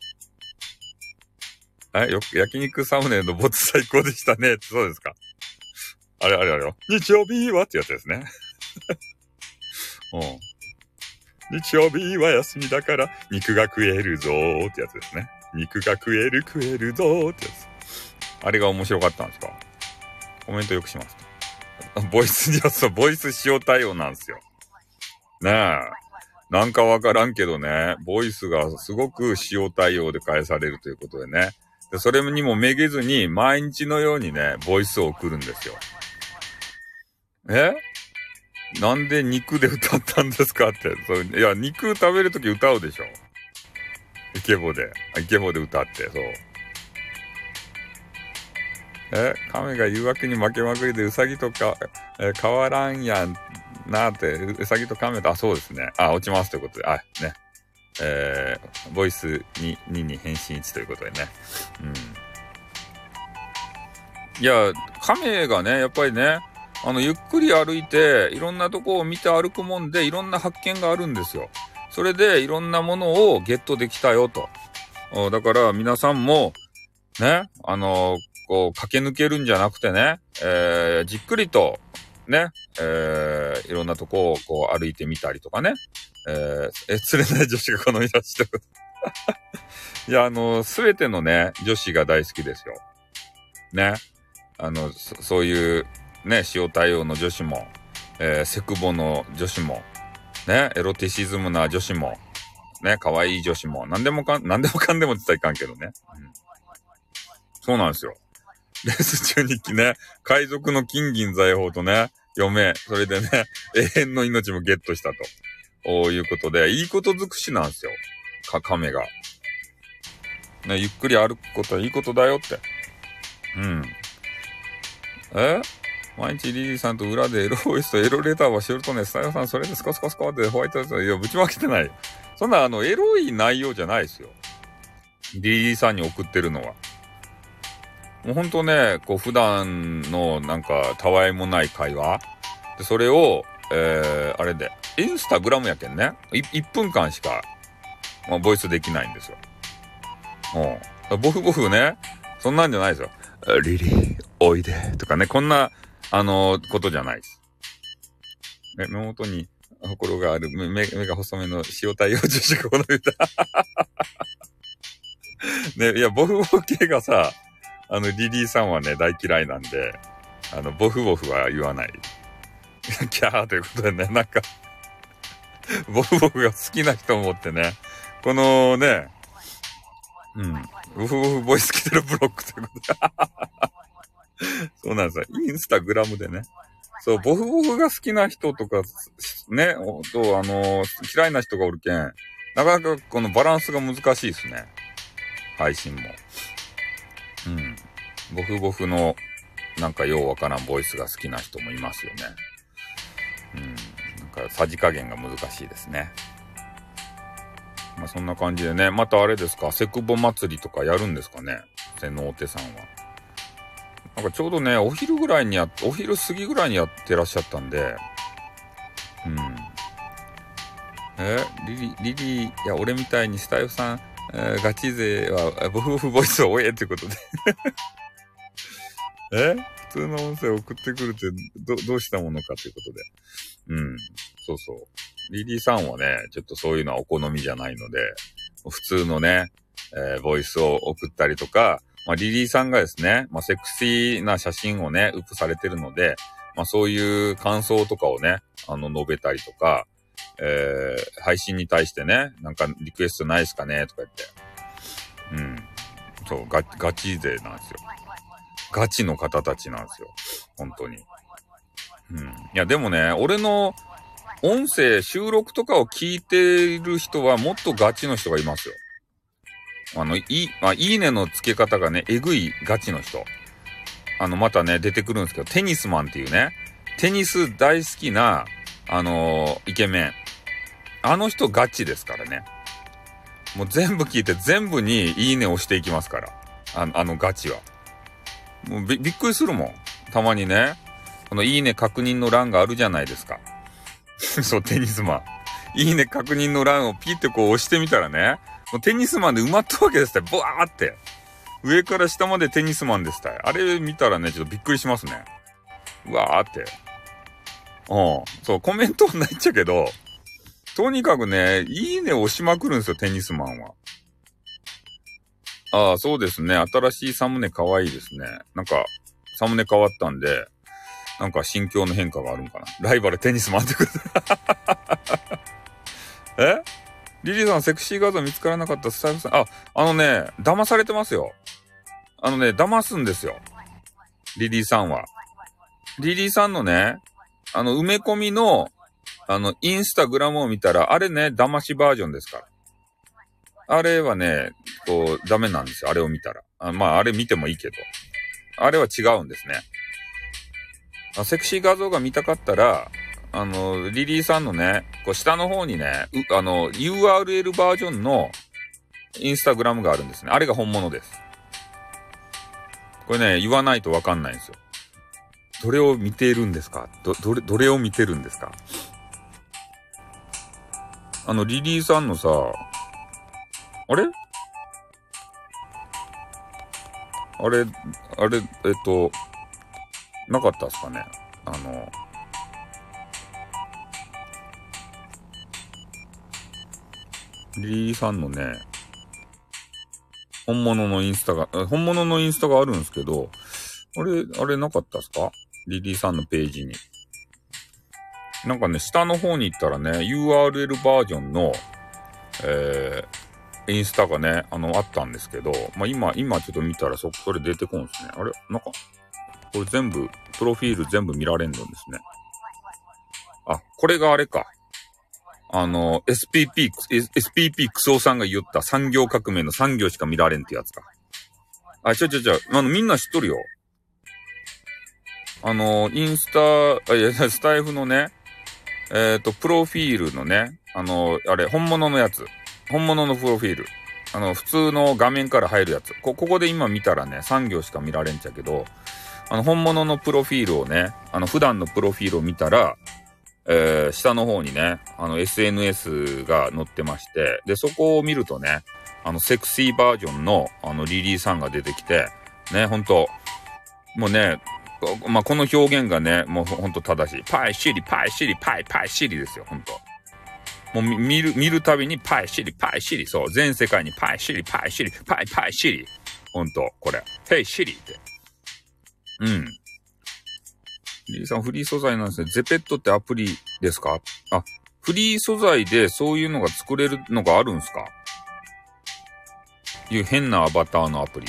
え、よ、焼肉サムネのボツ最高でしたね。そうですか。あれあれあれよ。日曜日はってやつですね。うん。日曜日は休みだから肉が食えるぞーってやつですね。肉が食える食えるぞーってやつ。あれが面白かったんですか？コメントよくします。ボイスにはそう、ボイス使用対応なんですよ。ねえ。なんかわからんけどね、ボイスがすごく使用対応で返されるということでね。でそれにもめげずに毎日のようにね、ボイスを送るんですよ。え？なんで肉で歌ったんですかって。そう、いや、肉食べるとき歌うでしょ。イケボで。イケボで歌って、そう。え、亀が誘惑に負けまくりでウサギとか、えー、変わらんやんなーって、ウサギと亀と、あ、そうですね。あ、落ちますということで、あ、ね。えー、ボイスに、にに返信いちということでね。うん。いや、亀がね、やっぱりね、あの、ゆっくり歩いて、いろんなとこを見て歩くもんで、いろんな発見があるんですよ。それで、いろんなものをゲットできたよと。だから、皆さんも、ね、あの、こう、駆け抜けるんじゃなくてね、えー、じっくりと、ね、えー、いろんなとこをこう歩いてみたりとかね、えー、え、釣れない女子がこのイラスト。いや、あの、すべてのね、女子が大好きですよ。ね。あの、そ, そういう、ね、塩対応の女子も、えー、セクボの女子も、ね、エロティシズムな女子も、ね、可愛い女子も、なんでもかん、なんでもかんでもって言ったらいかんけどね。うん、そうなんですよ。レース中日記ね、海賊の金銀財宝とね、嫁、それでね、永遠の命もゲットしたということで、いいこと尽くしなんですよ。か、亀が。ね、ゆっくり歩くことはいいことだよって。うん。え毎日リリーさんと裏でエロボイスとエロレターはしよるとね、スタイルさんそれでスコスコスコってホワイトです。いや、ぶちまけてない。そんなあの、エロい内容じゃないですよ。リリーさんに送ってるのは。もうほんとね、こう普段のなんかたわいもない会話で、それを、えー、あれで、インスタグラムやけんね。いいっぷんかんしか、まあ、ボイスできないんですよ。うん。ボフボフね、そんなんじゃないですよ。リリー、おいで、とかね、こんな、あのー、ことじゃないです。ね、目元に、ほころがある、目、目が細めの塩対応女子がこの歌。ね、いや、ボフボフ系がさ、あの、リリーさんはね、大嫌いなんで、あの、ボフボフは言わない。キャーということでね、なんか、ボフボフが好きな人もってね、このね、うん、ボフボフボイス来てるブロックということで。そうなんですよ。インスタグラムでね。そう、ボフボフが好きな人とか、ね、と、あの、嫌いな人がおるけん、なかなかこのバランスが難しいですね。配信も。うん。ボフボフの、なんかようわからんボイスが好きな人もいますよね。うん。なんか、さじ加減が難しいですね。まあ、そんな感じでね。またあれですか、セクボ祭りとかやるんですかね。瀬能手さんは。 なんかちょうどね、お昼ぐらいにやっ、お昼過ぎぐらいにやってらっしゃったんで、うん。えリリ、リリー、いや、俺みたいにスタイフさん、えー、ガチ勢は、ボフボフボイスを追えってことで。え普通の音声を送ってくるって、ど、どうしたものかということで。うん。そうそう。リリーさんはね、ちょっとそういうのはお好みじゃないので、普通のね、えー、ボイスを送ったりとか、まあ、リリーさんがですね、まあ、セクシーな写真をね、ウップされてるので、まあ、そういう感想とかをね、あの、述べたりとか、えー、配信に対してね、なんかリクエストないですかねとか言って。うん。そう、ガ、ガチ勢なんですよ。ガチの方たちなんですよ。本当に。うん。いや、でもね、俺の音声、収録とかを聞いている人はもっとガチの人がいますよ。あの、いい、まあ、いいねの付け方がね、えぐいガチの人。あの、またね、出てくるんですけど、テニスマンっていうね、テニス大好きな、あのー、イケメン。あの人ガチですからね。もう全部聞いて全部にいいねを押していきますから。あの、あのガチは。もうび、びっくりするもん。たまにね、このいいね確認の欄があるじゃないですか。そう、テニスマン。いいね確認の欄をピッてこう押してみたらね、もうテニスマンで埋まったわけですって、ブワーって。上から下までテニスマンですって。あれ見たらね、ちょっとびっくりしますね。うわーって。うん。そう、コメントはないっちゃけど、とにかくね、いいね押しまくるんですよ、テニスマンは。ああ、そうですね。新しいサムネ可愛いですね。なんか、サムネ変わったんで、なんか心境の変化があるんかな。ライバルテニスマンってこと。えリリーさん、セクシー画像見つからなかったスタイフさん。あ、あのね、騙されてますよ。あのね、騙すんですよ。リリーさんは。リリーさんのね、あの、埋め込みの、あの、インスタグラムを見たら、あれね、騙しバージョンですから。あれはね、こう、ダメなんですよ。あれを見たら。あまあ、あれ見てもいいけど。あれは違うんですね。あセクシー画像が見たかったら、あの、リリーさんのね、こう下の方にね、あの、ユーアールエル バージョンのインスタグラムがあるんですね。あれが本物です。これね、言わないとわかんないんですよ。どれを見ているんですか？ど、どれ、どれを見てるんですか？あの、リリーさんのさ、あれあれ、あれ、えっと、なかったっすかね。あの、リリーさんのね、本物のインスタが、本物のインスタがあるんですけど、あれ、あれなかったっすか？リリーさんのページに。なんかね、下の方に行ったらね、ユーアールエル バージョンの、えー、インスタがね、あの、あったんですけど、まあ、今、今ちょっと見たらそ、それ出てこんですね。あれなんか、これ全部、プロフィール全部見られんのですね。あ、これがあれか。あの、エスピーピー、エスピーピー クソさんが言った産業革命の産業しか見られんってやつか。あ、ちょちょちょ、あの、みんな知っとるよ。あの、インスタ、あ、いや、スタイフのね、えっと、プロフィールのね、あの、あれ、本物のやつ。本物のプロフィール。あの、普通の画面から入るやつ。こ、ここで今見たらね、さん行しか見られんちゃけど、あの、本物のプロフィールをね、あの、普段のプロフィールを見たら、えー、下の方にね、あの、エスエヌエス が載ってまして、で、そこを見るとね、あの、セクシーバージョンの、あの、リリーさんが出てきて、ね、ほんと、もうね、まあ、この表現がね、もうほんと正しい。パイシリ、パイシリ、パイパイシリですよ、ほんと。もう見る、見るたびにパイシリ、パイシリ、そう、全世界にパイシリ、パイシリ、パイパイシリ。ほんと、これ。ヘイシリって。うん。リリーさん、フリー素材なんですね。ゼペットってアプリですか？あ、フリー素材でそういうのが作れるのがあるんすか？いう変なアバターのアプリです。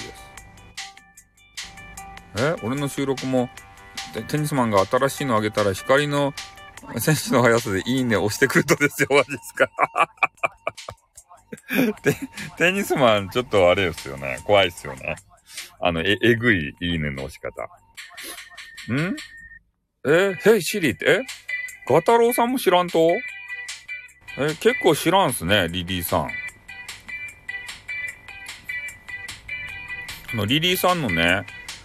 え俺の収録も、テニスマンが新しいのあげたら光の選手の速さでいいね押してくるとですよ、マジですかテ。テニスマンちょっとあれですよね。怖いですよね。あの、え、えぐいいいねの押し方。んえヘイシリって、えガタロウさんも知らんとえ結構知らんすね、リリーさん。あの、リリーさんのね、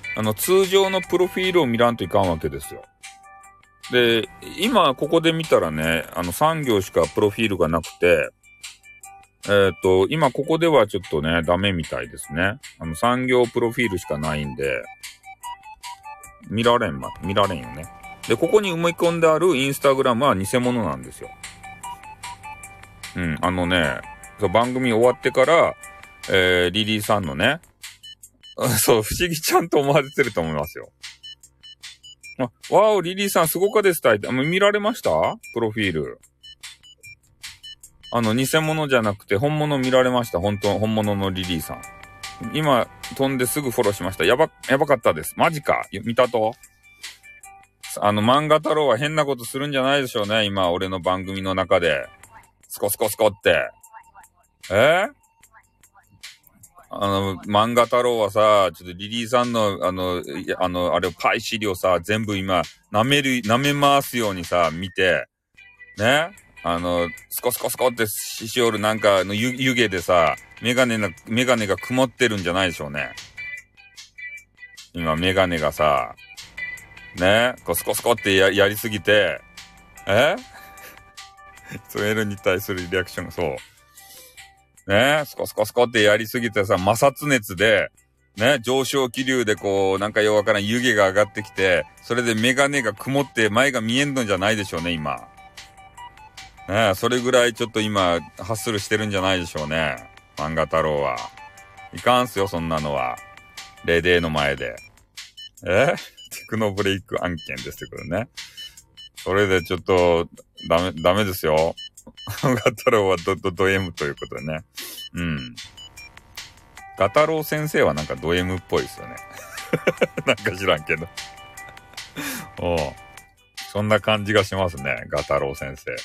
あの、通常のプロフィールを見らんといかんわけですよ。で、今ここで見たらね、あのさん行しかプロフィールがなくて、えっと、今ここではちょっとね、ダメみたいですね。あのさん行プロフィールしかないんで、見られんま、見られんよね。で、ここに埋め込んであるインスタグラムは偽物なんですよ。うん、あのね、そう番組終わってから、えー、リリーさんのね、そう、不思議ちゃんと思われてると思いますよ。あ、わお、リリーさんすごかですたい。見られましたプロフィール。あの、偽物じゃなくて本物見られました。本当、本物のリリーさん。今、飛んですぐフォローしました。やば、やばかったです。マジか。見たとあの、漫画太郎は変なことするんじゃないでしょうね。今、俺の番組の中で。スコスコスコって。えーあの、漫画太郎はさ、ちょっとリリーさんの、あの、あの、あれをパイ資料さ、全部今、舐める、舐め回すようにさ、見て、ね、あの、スコスコスコってししおるなんかの湯、湯気でさ、メガネな、メガネが曇ってるんじゃないでしょうね。今、メガネがさ、ね、こうスコスコってや、やりすぎて、えそれに対するリアクションがそう。ね、スコスコスコってやりすぎてさ、摩擦熱で、ね、上昇気流でこう、なんかようわからん湯気が上がってきて、それでメガネが曇って前が見えんのじゃないでしょうね、今。ね、それぐらいちょっと今、ハッスルしてるんじゃないでしょうね。漫画太郎は。いかんすよ、そんなのは。レデーの前で。えテクノブレイク案件ですってことね。それでちょっと、ダメ、ダメですよ。ガタロウはド、ド、ド M ということでね。うん。ガタロウ先生はなんかド M っぽいですよね。なんか知らんけど。おう。そんな感じがしますね。ガタロウ先生。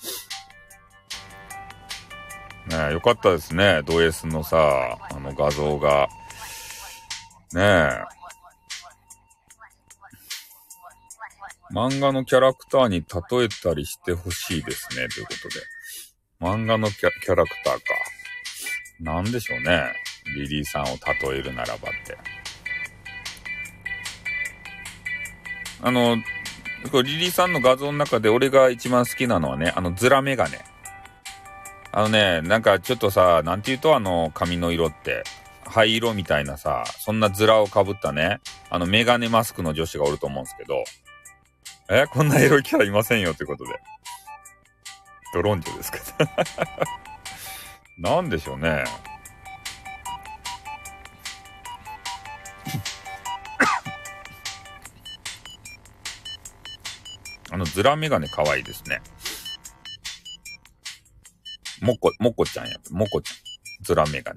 ねえ、よかったですね。ド S のさ、あの画像が。ねえ。漫画のキャラクターに例えたりしてほしいですね。ということで。漫画のキャ、キャラクターか。なんでしょうね。リリーさんを例えるならばって。あの、リリーさんの画像の中で俺が一番好きなのはね、あのズラメガネ。あのね、なんかちょっとさ、なんて言うとあの髪の色って、灰色みたいなさ、そんなズラを被ったね、あのメガネマスクの女子がおると思うんですけど、え、こんなエロいキャラいませんよということで。ドロンジョですかなんでしょうね。あのズラメガネ可愛いですね。もこ、もこちゃんや。もこちゃん。ズラメガネ。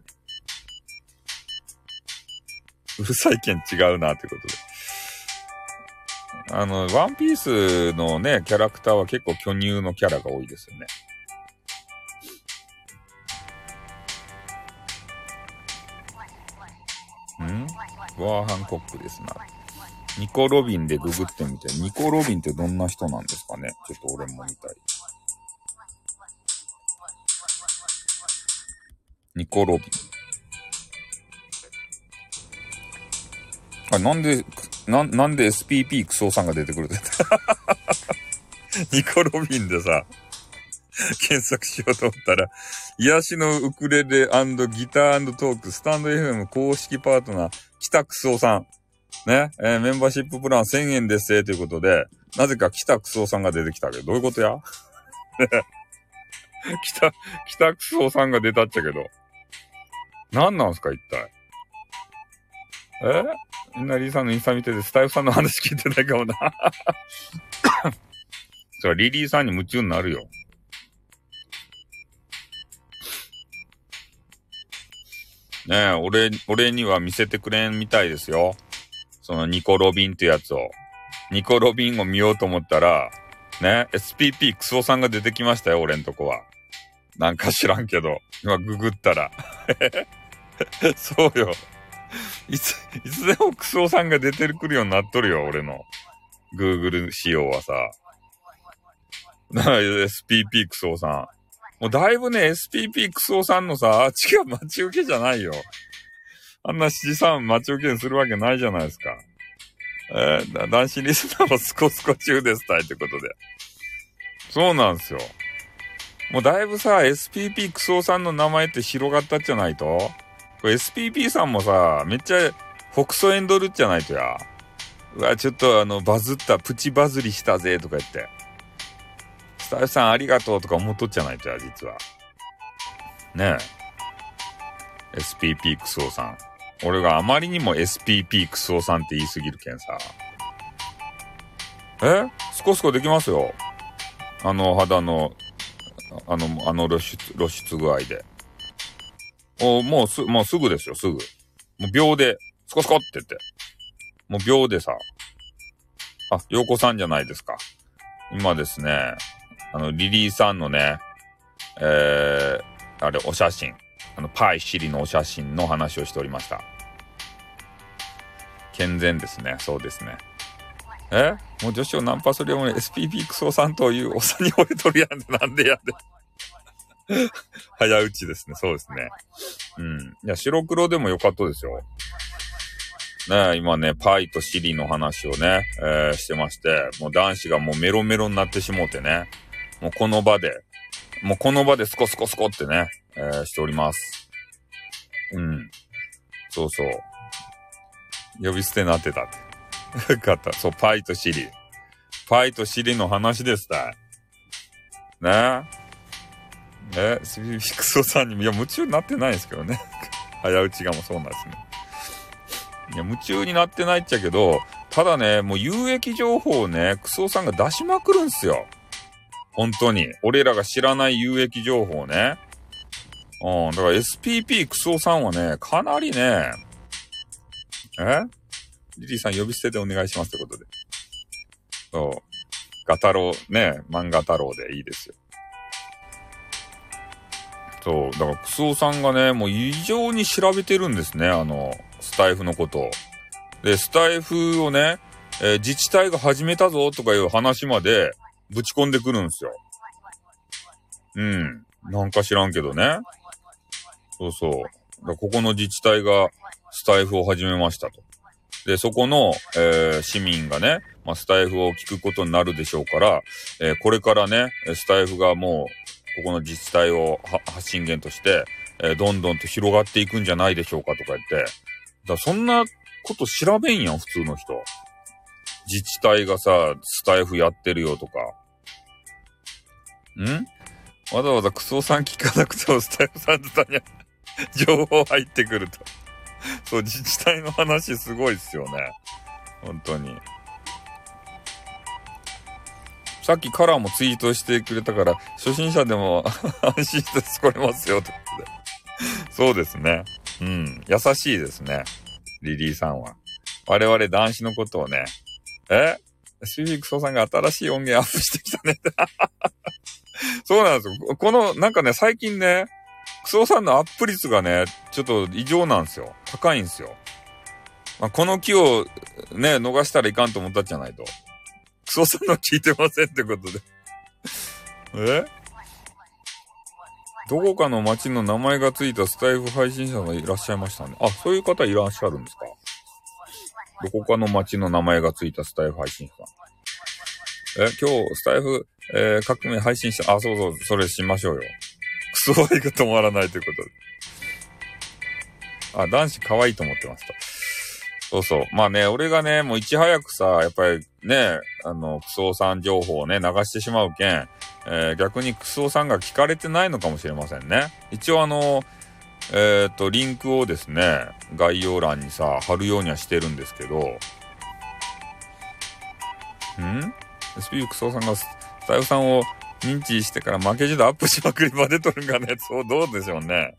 うるさい剣違うなということで。あの、ワンピースのね、キャラクターは結構巨乳のキャラが多いですよね。んワーハンコックですな。ニコ・ロビンでググってみて。ニコ・ロビンってどんな人なんですかね。ちょっと俺も見たい。ニコ・ロビン。あ、なんで、な、なんで エスピーピー クソさんが出てくるってニコ・ロビンでさ、検索しようと思ったら、癒しのウクレレ&ギター&トーク、スタンド エフエム 公式パートナー、北クソさん。ね、えー、メンバーシッププランせんえんですということで、なぜか北クソさんが出てきたけど、どういうことや北、北クソさんが出たっちゃけど。何なんすか、一体。えみんなリーさんのインスタ見てて、スタイフさんの話聞いてないかもな。それリリーさんに夢中になるよ。ねえ、俺、俺には見せてくれんみたいですよ。そのニコ・ロビンってやつを。ニコ・ロビンを見ようと思ったら、ね、エスピーピー クソさんが出てきましたよ、俺んとこは。なんか知らんけど。今ググったら。そうよ。いつ、いつでもクソさんが出てくるようになっとるよ、俺の。Google 仕様はさ。エスピーピー クソさん。もうだいぶね、エスピーピー クソさんのさ、違う、待ち受けじゃないよ。 あんな資産待ち受けにするわけないじゃないですか。えー、男子リスナーもスコスコ中ですたいってことで。そうなんですよ。もうだいぶさ、エスピーピー クソさんの名前って広がったっちゃないと、これ エスピーピー さんもさ、めっちゃ北総エンドルっちゃないとや。うわ、ちょっとあの、バズった、プチバズりしたぜとか言って。スタイフさんありがとうとか思っとっちゃないとや、実は。ねえ。エスピーピー クソさん。俺があまりにも エスピーピー クソさんって言いすぎるけんさ。えスコスコできますよ。あの肌の、あの、あの露出、露出具合で。お、もうす、もうすぐですよ、すぐ。もう秒で、スコスコって言って。もう秒でさ。あ、陽子さんじゃないですか。今ですね、あの、リリーさんのね、えー、あれ、お写真。あの、パイシリのお写真の話をしておりました。健全ですね、そうですね。えもう女子をナンパするように エスピーピー クソさんというおさに惚れとるやんで、なんでやで。早打ちですね、そうですね。うん。いや、白黒でもよかったですよ。ねえ、今ね、パイとシリの話をね、えー、してまして、もう男子がもうメロメロになってしもうてね、もうこの場で、もうこの場でスコスコスコってね、えー、しております。うん。そうそう。呼び捨てになってたって。よかった。そう、パイとシリ。パイとシリの話でした。ねえ。え、スビビクソさんにも、いや、夢中になってないですけどね。早打ちがもそうなんですね。いや、夢中になってないっちゃけど、ただね、もう有益情報をね、クソさんが出しまくるんすよ。本当に。俺らが知らない有益情報をね。うん、だから エスピーピー クソさんはね、かなりね、えリリーさん呼び捨てでお願いしますってことで。そう。ガタロウ、ね、漫画太郎でいいですよ。そう。だから、クソさんがね、もう異常に調べてるんですね、あの、スタイフのことを。で、スタイフをね、えー、自治体が始めたぞとかいう話までぶち込んでくるんですよ。うん。なんか知らんけどね。そうそう。だからここの自治体がスタイフを始めましたと。で、そこの、えー、市民がね、まあ、スタイフを聞くことになるでしょうから、えー、これからね、スタイフがもう、ここの自治体を発信源として、えー、どんどんと広がっていくんじゃないでしょうかとか言って、だからそんなこと調べんやん、普通の人。自治体がさ、スタイフやってるよとか。んわざわざクソさん聞かなくてもスタイフさんとたに情報入ってくると。そう、自治体の話すごいっすよね。本当に。さっきカラーもツイートしてくれたから、初心者でも安心して使れますよ、ということで。そうですね。うん。優しいですね。リリーさんは。我々男子のことをね、えシビクソさんが新しい音源アップしてきたね。そうなんですよ。この、なんかね、最近ね、クソさんのアップ率がね、ちょっと異常なんですよ。高いんですよ。まあ、この木をね、逃したらいかんと思ったじゃないと。クソさんの聞いてませんってことで。えどこかの町の名前がついたスタイフ配信者がいらっしゃいましたね。あ、そういう方いらっしゃるんですか？どこかの町の名前がついたスタイフ配信者。え、今日、スタイフ、えー、革命配信者、あ、そうそう、それしましょうよ。クソ愛が止まらないということで。あ、男子可愛いと思ってますと。そうそう。まあね、俺がね、もういち早くさ、やっぱりね、あの、クソさん情報をね、流してしまうけん、えー、逆にクソさんが聞かれてないのかもしれませんね。一応あの、えっと、リンクをですね、概要欄にさ、貼るようにはしてるんですけど、ん ?エスピー クソさんがスタイフさんを認知してから負けじとアップしまくりまでとるんがね、そう、どうでしょうね。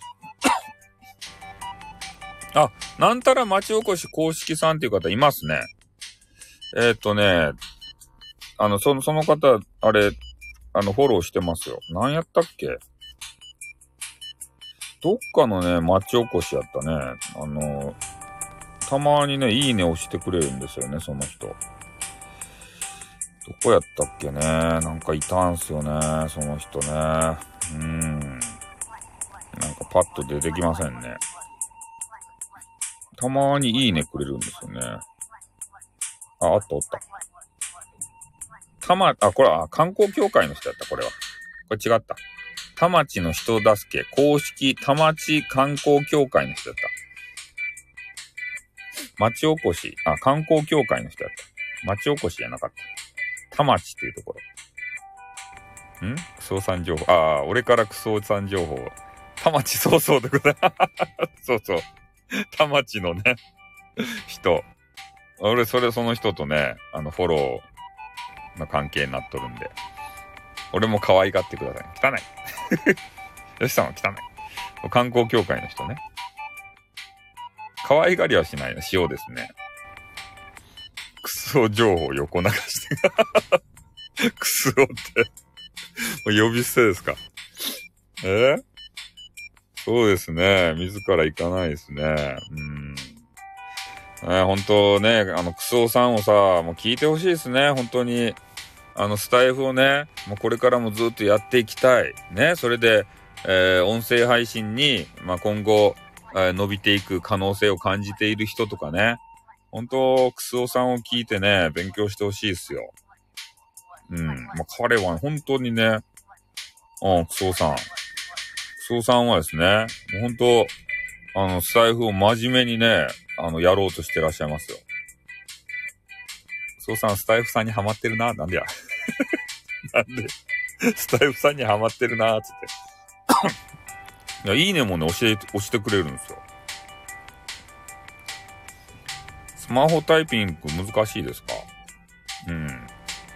あ、なんたら町おこし公式さんっていう方いますね。えっとね、あの、その、その方、あれ、あの、フォローしてますよ。なんやったっけ？どっかのね、町おこしやったね。あの、たまにね、いいね押してくれるんですよね、その人。どこやったっけね。なんかいたんすよね、その人ね。うーん。なんかパッと出てきませんね。 たまにいいねくれるんですよね。あ、あったおった。たま、あ、これは観光協会の人やった、これは。これ違った。田町の人助け公式田町観光協会の人やった。町おこし、あ、観光協会の人やった。町おこしじゃなかった。田町っていうところ。んクソさん情報。ああ、俺からクソさん情報。田町そうそうでございます。そうそう。田町のね、人。俺、それ、その人とね、あの、フォローの関係になっとるんで。俺も可愛がってください。汚い。よしさんは汚い。観光協会の人ね。可愛がりはしないの。塩ですね。クソ情報横流して。クソって。呼び捨てですか。えそうですね。自ら行かないですね。うん。ね、本当ね、あの、クソさんをさ、もう聞いてほしいですね。本当に。あの、スタイフをね、もうこれからもずっとやっていきたい。ね。それで、えー、音声配信に、まあ、今後、えー、伸びていく可能性を感じている人とかね。本当クソさんを聞いてね、勉強してほしいですよ。うん。まあ、彼は本当にね、うん、クソさん。クソさんはですね、もう本当、あの、スタイフを真面目にね、あの、やろうとしてらっしゃいますよ。クソさん、スタイフさんにハマってるな。なんでや。なんで、スタイフさんにハマってるなーつって。いや、いいねもね、教えて、押してくれるんですよ。スマホタイピング難しいですか？うん。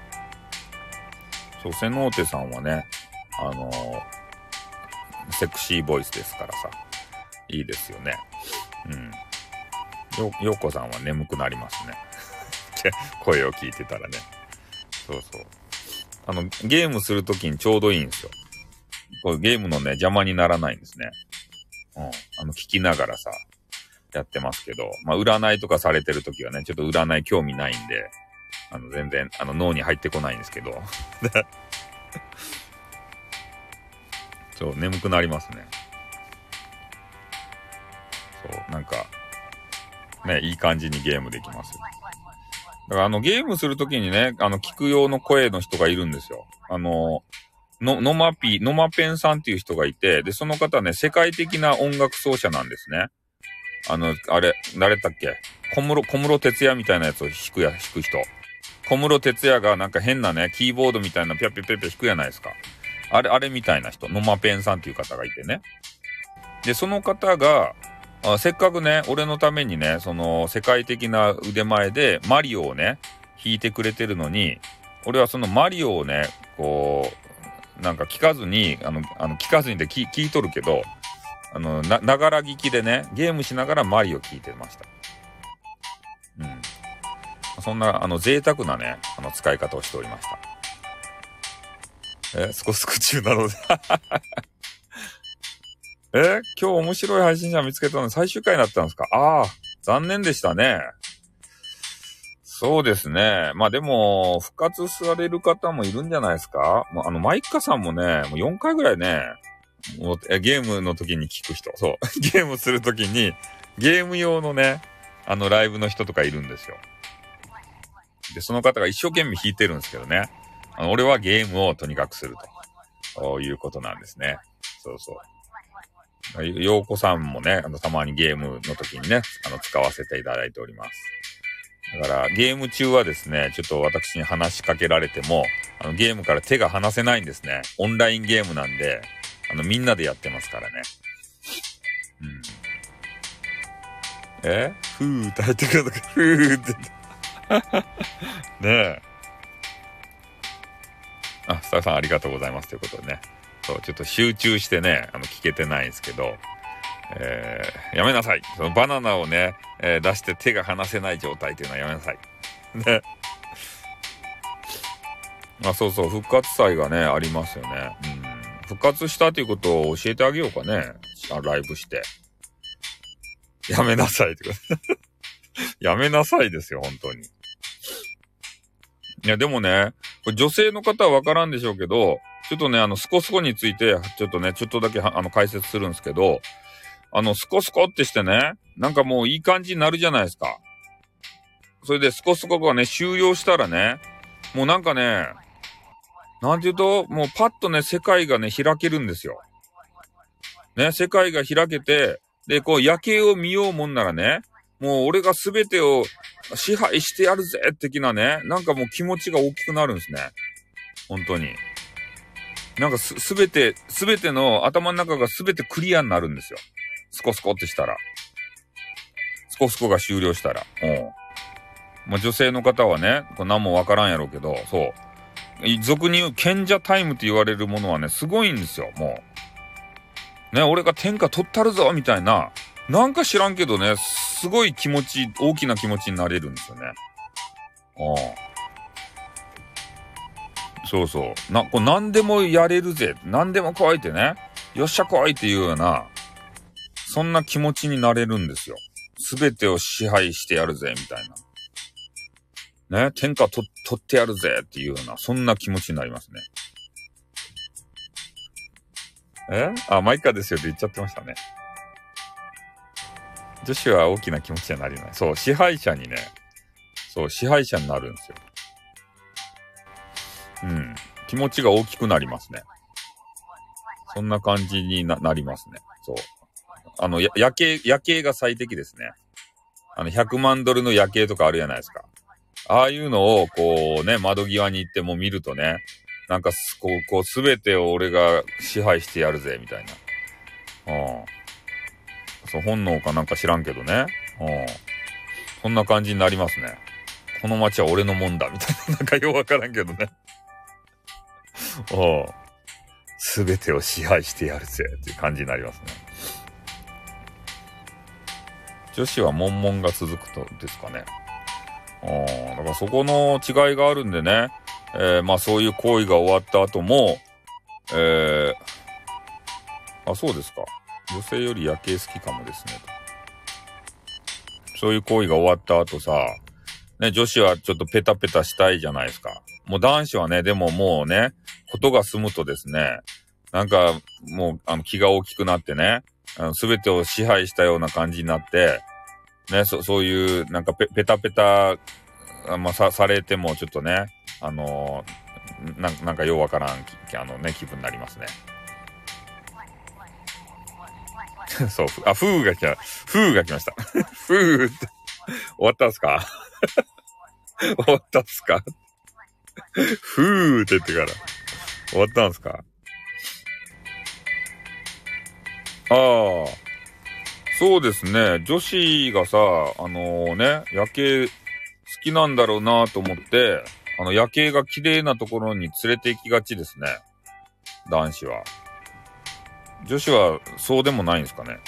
そう、瀬能手さんはね、あのー、セクシーボイスですからさ、いいですよね。うん。よ、ようこさんは眠くなりますね。声を聞いてたらね。そうそう。あの、ゲームするときにちょうどいいんですよ。これゲームのね、邪魔にならないんですね。うん。あの、聞きながらさ、やってますけど、まあ、占いとかされてるときはね、ちょっと占い興味ないんで、あの、全然、あの、脳に入ってこないんですけど。そう、眠くなりますね。そう、なんか、ね、いい感じにゲームできますよ。だからあの、ゲームするときにね、あの、聞く用の声の人がいるんですよ。あの、の、のまぴ、のまぺんさんっていう人がいて、で、その方ね、世界的な音楽奏者なんですね。あの、あれ、誰だっけ小室、小室哲也みたいなやつを弾くや、弾く人。小室哲也がなんか変なね、キーボードみたいなピャピャピャピャ弾くやないですか。あれ、あれみたいな人、のまぺんさんっていう方がいてね。で、その方が、あせっかくね、俺のためにね、その世界的な腕前でマリオをね、弾いてくれてるのに、俺はそのマリオをね、こう、なんか聞かずに、あの、あの聞かずにで聞聞いとるけど、あの、な、ながら聞きでね、ゲームしながらマリオ聞いてました。うん。そんな、あの、贅沢なね、あの、使い方をしておりました。え、スコスク中なので。え、今日面白い配信者見つけたのに最終回になったんですか？ああ、残念でしたね。そうですね。まあでも、復活される方もいるんじゃないですか？もうあの、マイカさんもね、もうよんかいぐらいね、もうえゲームの時に聞く人。そう。ゲームする時に、ゲーム用のね、あの、ライブの人とかいるんですよ。で、その方が一生懸命弾いてるんですけどね。あの俺はゲームをとにかくすると。そういうことなんですね。そうそう。ようこさんもね、あの、たまにゲームの時にね、あの、使わせていただいております。だから、ゲーム中はですね、ちょっと私に話しかけられても、あの、ゲームから手が離せないんですね。オンラインゲームなんで、あの、みんなでやってますからね。うん。えふーって入ってくるとか、ふーって。ねえ。あ、スターさんありがとうございますということでね。そう、ちょっと集中してね、あの、聞けてないんですけど、えー、やめなさい。そのバナナをね、えー、出して手が離せない状態っていうのはやめなさい。ね。あ、そうそう、復活祭がね、ありますよね。うん。復活したということを教えてあげようかね。あ、ライブして。やめなさいってこと。やめなさいですよ、本当に。いや、でもね、これ女性の方はわからんでしょうけど、ちょっとね、あの、スコスコについて、ちょっとね、ちょっとだけ、あの、解説するんですけど、 あの、スコスコってしてね、なんかもういい感じになるじゃないですか。それでスコスコがね、終了したらね、もうなんかね、なんて言うと、もうパッとね、世界がね、開けるんですよ。ね、世界が開けて、で、こう夜景を見ようもんならね、もう俺が全てを支配してやるぜ的なね、なんかもう気持ちが大きくなるんですね。本当に。なんかす、すべて、すべての頭の中がすべてクリアになるんですよ。スコスコってしたら。スコスコが終了したら。うん。まあ、女性の方はね、これ何もわからんやろうけど、そう。俗に言う賢者タイムって言われるものはね、すごいんですよ、もう。ね、俺が天下取ったるぞみたいな、なんか知らんけどね、すごい気持ち、大きな気持ちになれるんですよね。うん。そうそう。な、こう何でもやれるぜ。何でも来いってね。よっしゃ来いっていうような、そんな気持ちになれるんですよ。すべてを支配してやるぜ、みたいな。ね、天下と取ってやるぜっていうような、そんな気持ちになりますね。えあ、マイカですよって言っちゃってましたね。女子は大きな気持ちになりない。そう、支配者にね、そう、支配者になるんですよ。うん。気持ちが大きくなりますね。そんな感じに な, なりますね。そう。あの、や夜景、夜景が最適ですね。あの、ひゃくまんドルの夜景とかあるじゃないですか。ああいうのを、こうね、窓際に行っても見るとね、なんか、こう、こう、すべてを俺が支配してやるぜ、みたいな。うん。そう、本能かなんか知らんけどね。うん。そんな感じになりますね。この街は俺のもんだ、みたいな。なんかようわからんけどね。うん。すべてを支配してやるぜ、っていう感じになりますね。女子は悶々が続くとですかね。うん。だからそこの違いがあるんでね。えー、まあそういう行為が終わった後も、えー、あ、そうですか。女性より夜景好きかもですね。そういう行為が終わった後さ、ね、女子はちょっとペタペタしたいじゃないですか。もう男子はね、でももうね、ことが済むとですね、なんかもうあの気が大きくなってね、すべてを支配したような感じになって、ね、そそういうなんかペペタペタ、まあ、さ、されてもちょっとね、あのー、ななんかようわからんあのね、気分になりますね。そう、あ、ふーが来ま、ふーが来ました。ふーって、終わったんすか終わったんすかふーって言ってから、終わったんすかああ、そうですね。女子がさ、あのー、ね、夜景好きなんだろうなと思って、あの、夜景が綺麗なところに連れて行きがちですね。男子は。女子はそうでもないんですかね。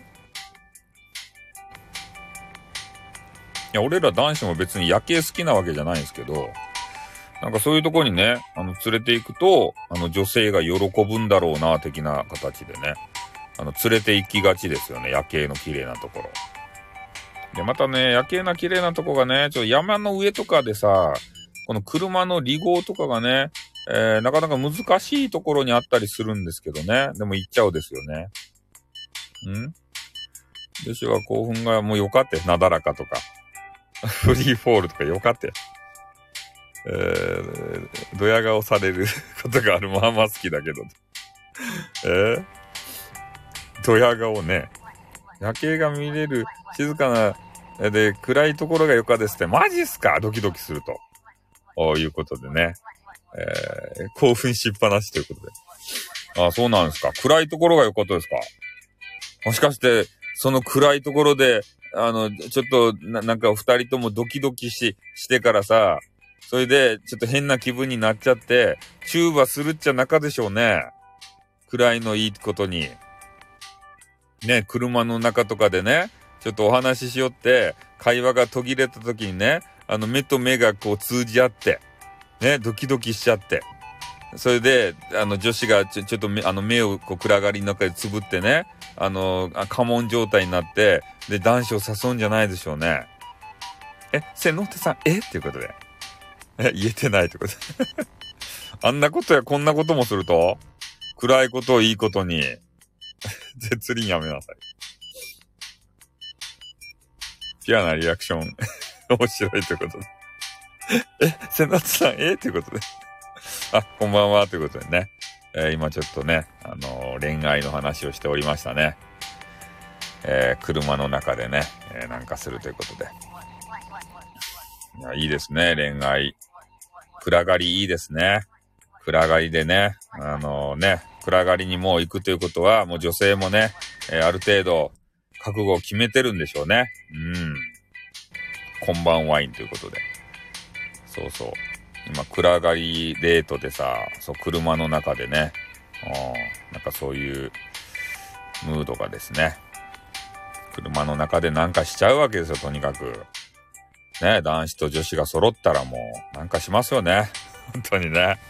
いや、俺ら男子も別に夜景好きなわけじゃないんですけど、なんかそういうところにね、あの、連れて行くと、あの、女性が喜ぶんだろうな、的な形でね、あの、連れて行きがちですよね、夜景の綺麗なところ。で、またね、夜景な綺麗なとこがね、ちょっと山の上とかでさ、この車の離合とかがね、えー、なかなか難しいところにあったりするんですけどね。でも行っちゃうですよね。ん女子は興奮がもうよかって、なだらかとか。フリーフォールとかよかって。えー、ドヤ顔されることがある。まあまあ好きだけど。えー、ドヤ顔ね。夜景が見れる静かな、で、暗いところがよかですって。マジっすかドキドキすると。こういうことでね。えー、興奮しっぱなしということで。ああ、そうなんですか。暗いところが良かったですか。もしかして、その暗いところで、あの、ちょっとな、なんか二人ともドキドキし、してからさ、それで、ちょっと変な気分になっちゃって、チューバするっちゃ中でしょうね。暗いのいいことに。ね、車の中とかでね、ちょっとお話ししよって、会話が途切れた時にね、あの目と目がこう通じ合って、ね、ドキドキしちゃって。それで、あの女子がちょ、ちょっと目、あの目をこう暗がりの中でつぶってね、あの、家紋状態になって、で、男子を誘うんじゃないでしょうね。え、せのってさん、えっていうことで。え、言えてないってことで。あんなことやこんなこともすると、暗いことをいいことに、絶倫やめなさい。 ピュアなリアクション面白いということでえ、瀬夏さんえということであ、こんばんはということでね、えー、今ちょっとね、あのー、恋愛の話をしておりましたね。えー、車の中でね、えー、なんかするということで。いや、いいですね、恋愛。暗がりいいですね。暗がりでね、あのー、ね、暗がりにもう行くということは、もう女性もね、えー、ある程度覚悟を決めてるんでしょうね。うん。今晩ワインということで。そうそう。今、暗がりデートでさ、そう、車の中でね、なんかそういうムードがですね、車の中でなんかしちゃうわけですよ、とにかく。ね、男子と女子が揃ったらもう、なんかしますよね。本当にね。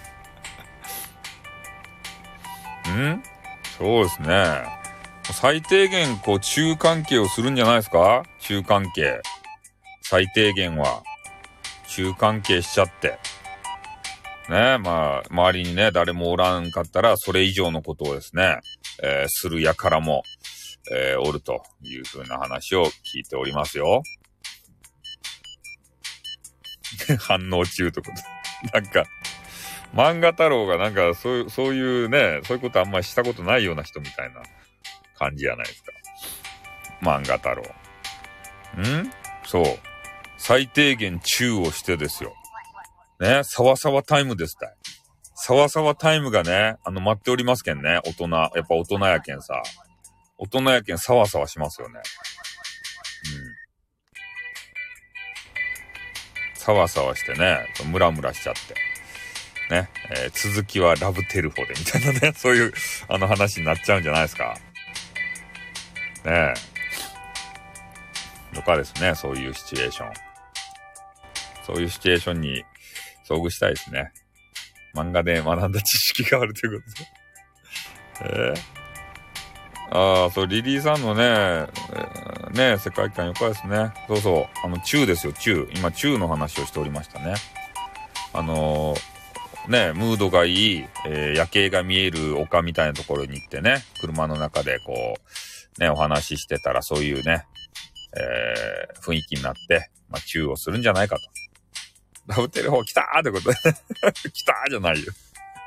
んそうですね。最低限、こう、中関係をするんじゃないですか？中関係。最低限は。中関係しちゃって。ね、まあ、周りにね、誰もおらんかったら、それ以上のことをですね、えー、するやからも、えー、おるという風な話を聞いておりますよ。反応中ということ。なんか、漫画太郎がなんか、そういう、そういうね、そういうことあんまりしたことないような人みたいな感じじゃないですか。漫画太郎。ん？そう。最低限チューをしてですよ。ね、サワサワタイムですたい。サワサワタイムがね、あの、待っておりますけんね。大人、やっぱ大人やけんさ。大人やけんサワサワしますよね。うん。サワサワしてね、ムラムラしちゃって。ね、えー、続きはラブテルフォでみたいなね、そういう、あの話になっちゃうんじゃないですか。ねえ。とかですね、そういうシチュエーション。そういうシチュエーションに遭遇したいですね。漫画で学んだ知識があるということで。えー、ああ、そう、リリーさんのね、えー、ね、世界観よかですね。そうそう、あの、中ですよ、中。今、中の話をしておりましたね。あのー、ね、ムードがいい、えー、夜景が見える丘みたいなところに行ってね、車の中でこう、ね、お話ししてたらそういうね、えー、雰囲気になって、まあ、チューをするんじゃないかと。ラブテレフォー来たーってことで。来たーじゃないよ。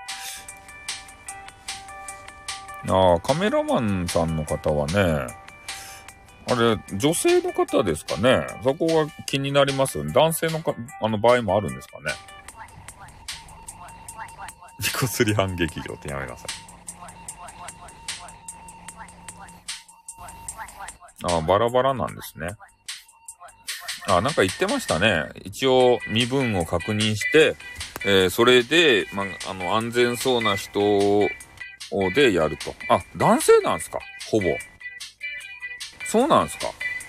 ああ、カメラマンさんの方はね、あれ、女性の方ですかね。そこが気になりますよね。男性のか、あの場合もあるんですかね。ニコスリ反劇場ってやめなさい。ああ、バラバラなんですね。あ、なんか言ってましたね。一応身分を確認して、えー、それで、ま、あの、安全そうな人でやると。あ、男性なんすか？ほぼ。そうなんすか？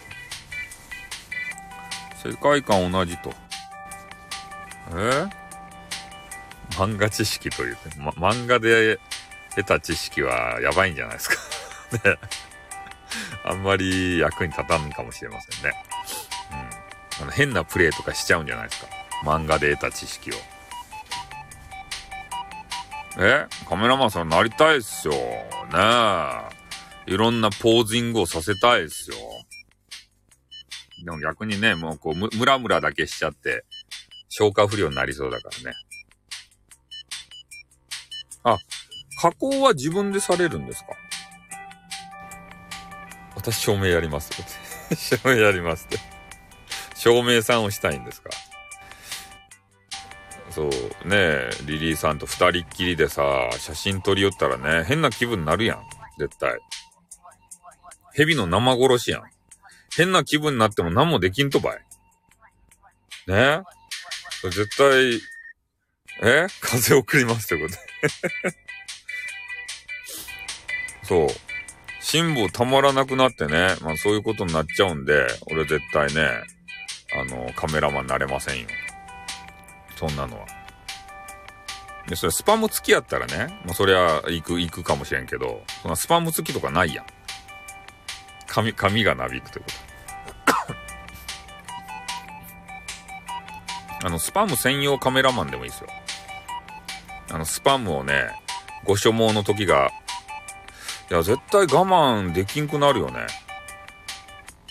世界観同じと。えー、漫画知識という、ま、漫画で得た知識はやばいんじゃないですか。ね。あんまり役に立たんかもしれませんね。あの変なプレイとかしちゃうんじゃないですか。漫画で得た知識を。えカメラマンさんなりたいっすよ。ねえ。いろんなポージングをさせたいっすよ。でも逆にね、もうこう、む、ムラムラだけしちゃって、消化不良になりそうだからね。あ、加工は自分でされるんですか？私照明やります。照明やりますって。照明さんをしたいんですか？そうね、リリーさんと二人っきりでさ、写真撮り寄ったらね、変な気分になるやん。絶対。蛇の生殺しやん。変な気分になっても何もできんとばい。ね？絶対、え風送りますってこと。そう。辛抱たまらなくなってね、まあそういうことになっちゃうんで、俺絶対ね、あの、カメラマンなれませんよ。そんなのは。で、それスパム付きやったらね、もうそりゃ行く、行くかもしれんけど、そのスパム付きとかないやん。髪、髪がなびくということ。あの、スパム専用カメラマンでもいいですよ。あの、スパムをね、ご所望の時が、いや、絶対我慢できんくなるよね。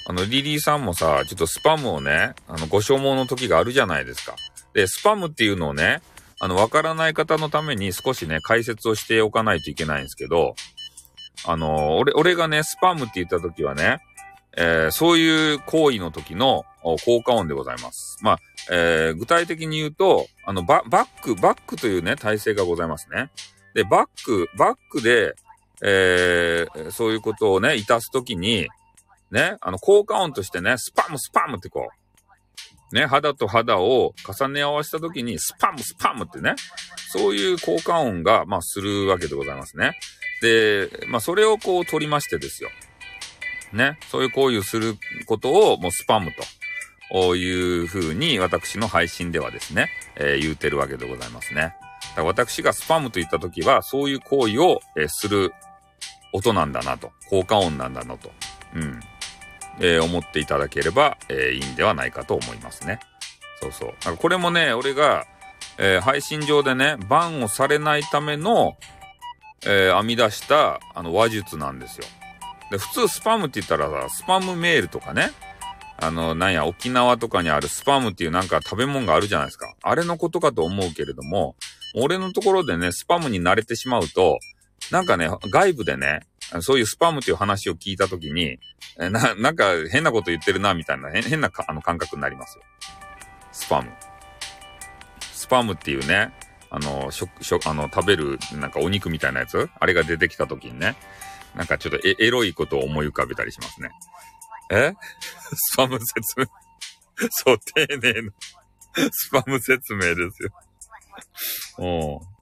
あの、リリーさんもさ、ちょっとスパムをね、あの、ご所望の時があるじゃないですか。で、スパムっていうのをね、あの、わからない方のために少しね、解説をしておかないといけないんですけど、あの、俺、俺がね、スパムって言った時はね、えー、そういう行為の時の効果音でございます。まあ、えー、具体的に言うと、あの、バ、バック、バックというね、体制がございますね。で、バック、バックで、えー、そういうことをね、いたす時に、ね、あの、効果音としてね、スパム、スパムってこう、ね、肌と肌を重ね合わせた時に、スパム、スパムってね、そういう効果音が、まあ、するわけでございますね。で、まあ、それをこう取りましてですよ。ね、そういう行為をすることを、もうスパムというふうに、私の配信ではですね、えー、言うてるわけでございますね。だから私がスパムと言った時は、そういう行為を、えー、する音なんだなと、効果音なんだなと、うん。えー、思っていただければ、えー、いいんではないかと思いますね。そうそう。なんかこれもね、俺が、えー、配信上でね、バンをされないための、えー、編み出した、あの、話術なんですよ。で、普通スパムって言ったらさ、スパムメールとかね、あの、なんや、沖縄とかにあるスパムっていうなんか食べ物があるじゃないですか。あれのことかと思うけれども、俺のところでね、スパムに慣れてしまうと、なんかね、外部でね、そういうスパムっていう話を聞いたときに、な、なんか変なこと言ってるな、みたいな、変変なかあの感覚になりますよ。スパム。スパムっていうね、あの、食、食、あの、食べる、なんかお肉みたいなやつあれが出てきたときにね、なんかちょっとエ、エロいことを思い浮かべたりしますね。えスパム説明。そう、丁寧なスパム説明ですよ。おう。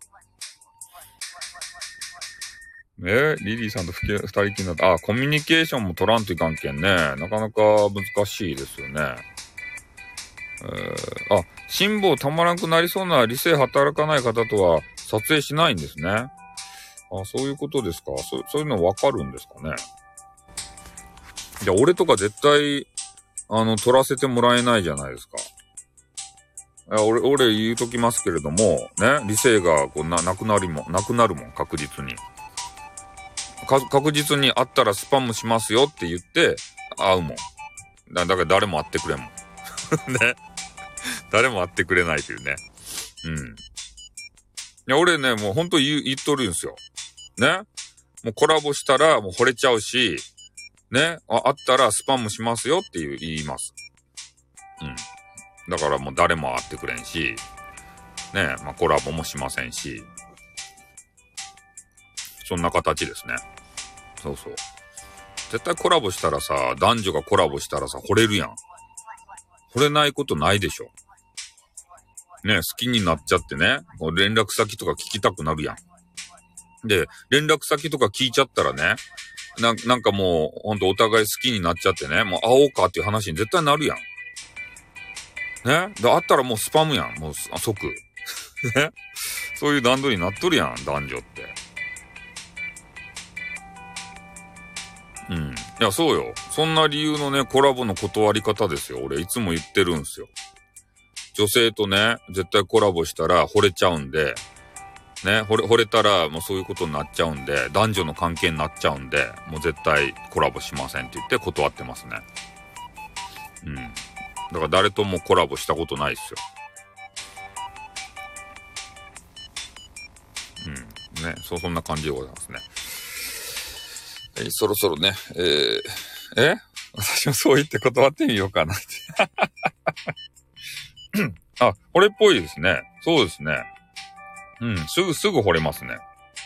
えリリーさんと二人きりになった。あ、コミュニケーションも取らんといかんけんね。なかなか難しいですよね。えー、あ、辛抱たまらんくなりそうな理性働かない方とは撮影しないんですね。あ、そういうことですか。そ、そういうのわかるんですかね。いや、俺とか絶対、あの、撮らせてもらえないじゃないですか。いや、俺、俺言うときますけれども、ね、理性がこうな、なくなりも、なくなるもん、確実に。か、確実に会ったらスパムしますよって言って、会うもん。だ、だから誰も会ってくれんもん。ね。誰も会ってくれないというね。うん。いや、俺ね、もうほんと言う、言っとるんですよ。ね。もうコラボしたらもう惚れちゃうし、ね。あ、会ったらスパムしますよっていう言います。うん。だからもう誰も会ってくれんし、ね。まあコラボもしませんし、そんな形ですね。そうそう。絶対コラボしたらさ、男女がコラボしたらさ、惚れるやん。惚れないことないでしょ。ね、好きになっちゃってね、連絡先とか聞きたくなるやん。で、連絡先とか聞いちゃったらね、な、なんかもう、ほんとお互い好きになっちゃってね、もう会おうかっていう話に絶対なるやん。ね。で、会ったらもうスパムやん。もう、即。ね。そういう段取りになっとるやん、男女って。うん。いや、そうよ。そんな理由のね、コラボの断り方ですよ。俺、いつも言ってるんすよ。女性とね、絶対コラボしたら惚れちゃうんで、ね、惚れ、惚れたらもうそういうことになっちゃうんで、男女の関係になっちゃうんで、もう絶対コラボしませんって言って断ってますね。うん。だから誰ともコラボしたことないっすよ。うん。ね、そう、そんな感じでございますね。えそろそろね、えー、え私もそう言って断ってみようかなって。あ、惚れっぽいですね。そうですね。うん、すぐ、すぐ惚れますね。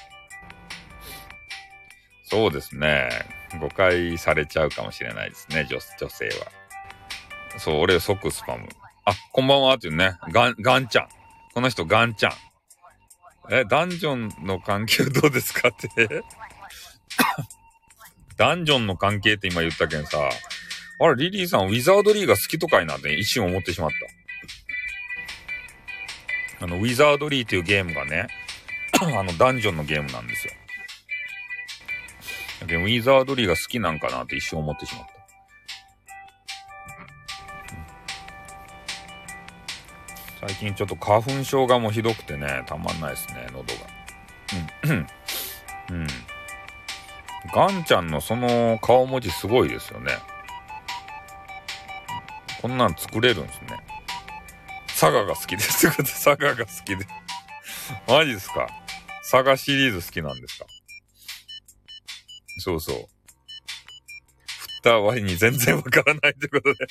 そうですね。誤解されちゃうかもしれないですね、女、女性は。そう、俺即スパム。あ、こんばんはっていうね。ガン、ガンちゃん。この人ガンちゃん。え、ダンジョンの関係どうですかってダンジョンの関係って今言ったけんさ、あれ、リリーさんウィザードリーが好きとかいなって一瞬思ってしまった。あの、ウィザードリーっていうゲームがね、あの、ダンジョンのゲームなんですよ。だけど、ウィザードリーが好きなんかなって一瞬思ってしまった。最近ちょっと花粉症がもうひどくてね、たまんないですね、喉が。うん。うん。ガンちゃんのその顔文字すごいですよね。 そんなん作れるんですね。サガが好きです。サガが好きで。マジですか？サガシリーズ好きなんですか？そうそう。振った割に全然わからないということで。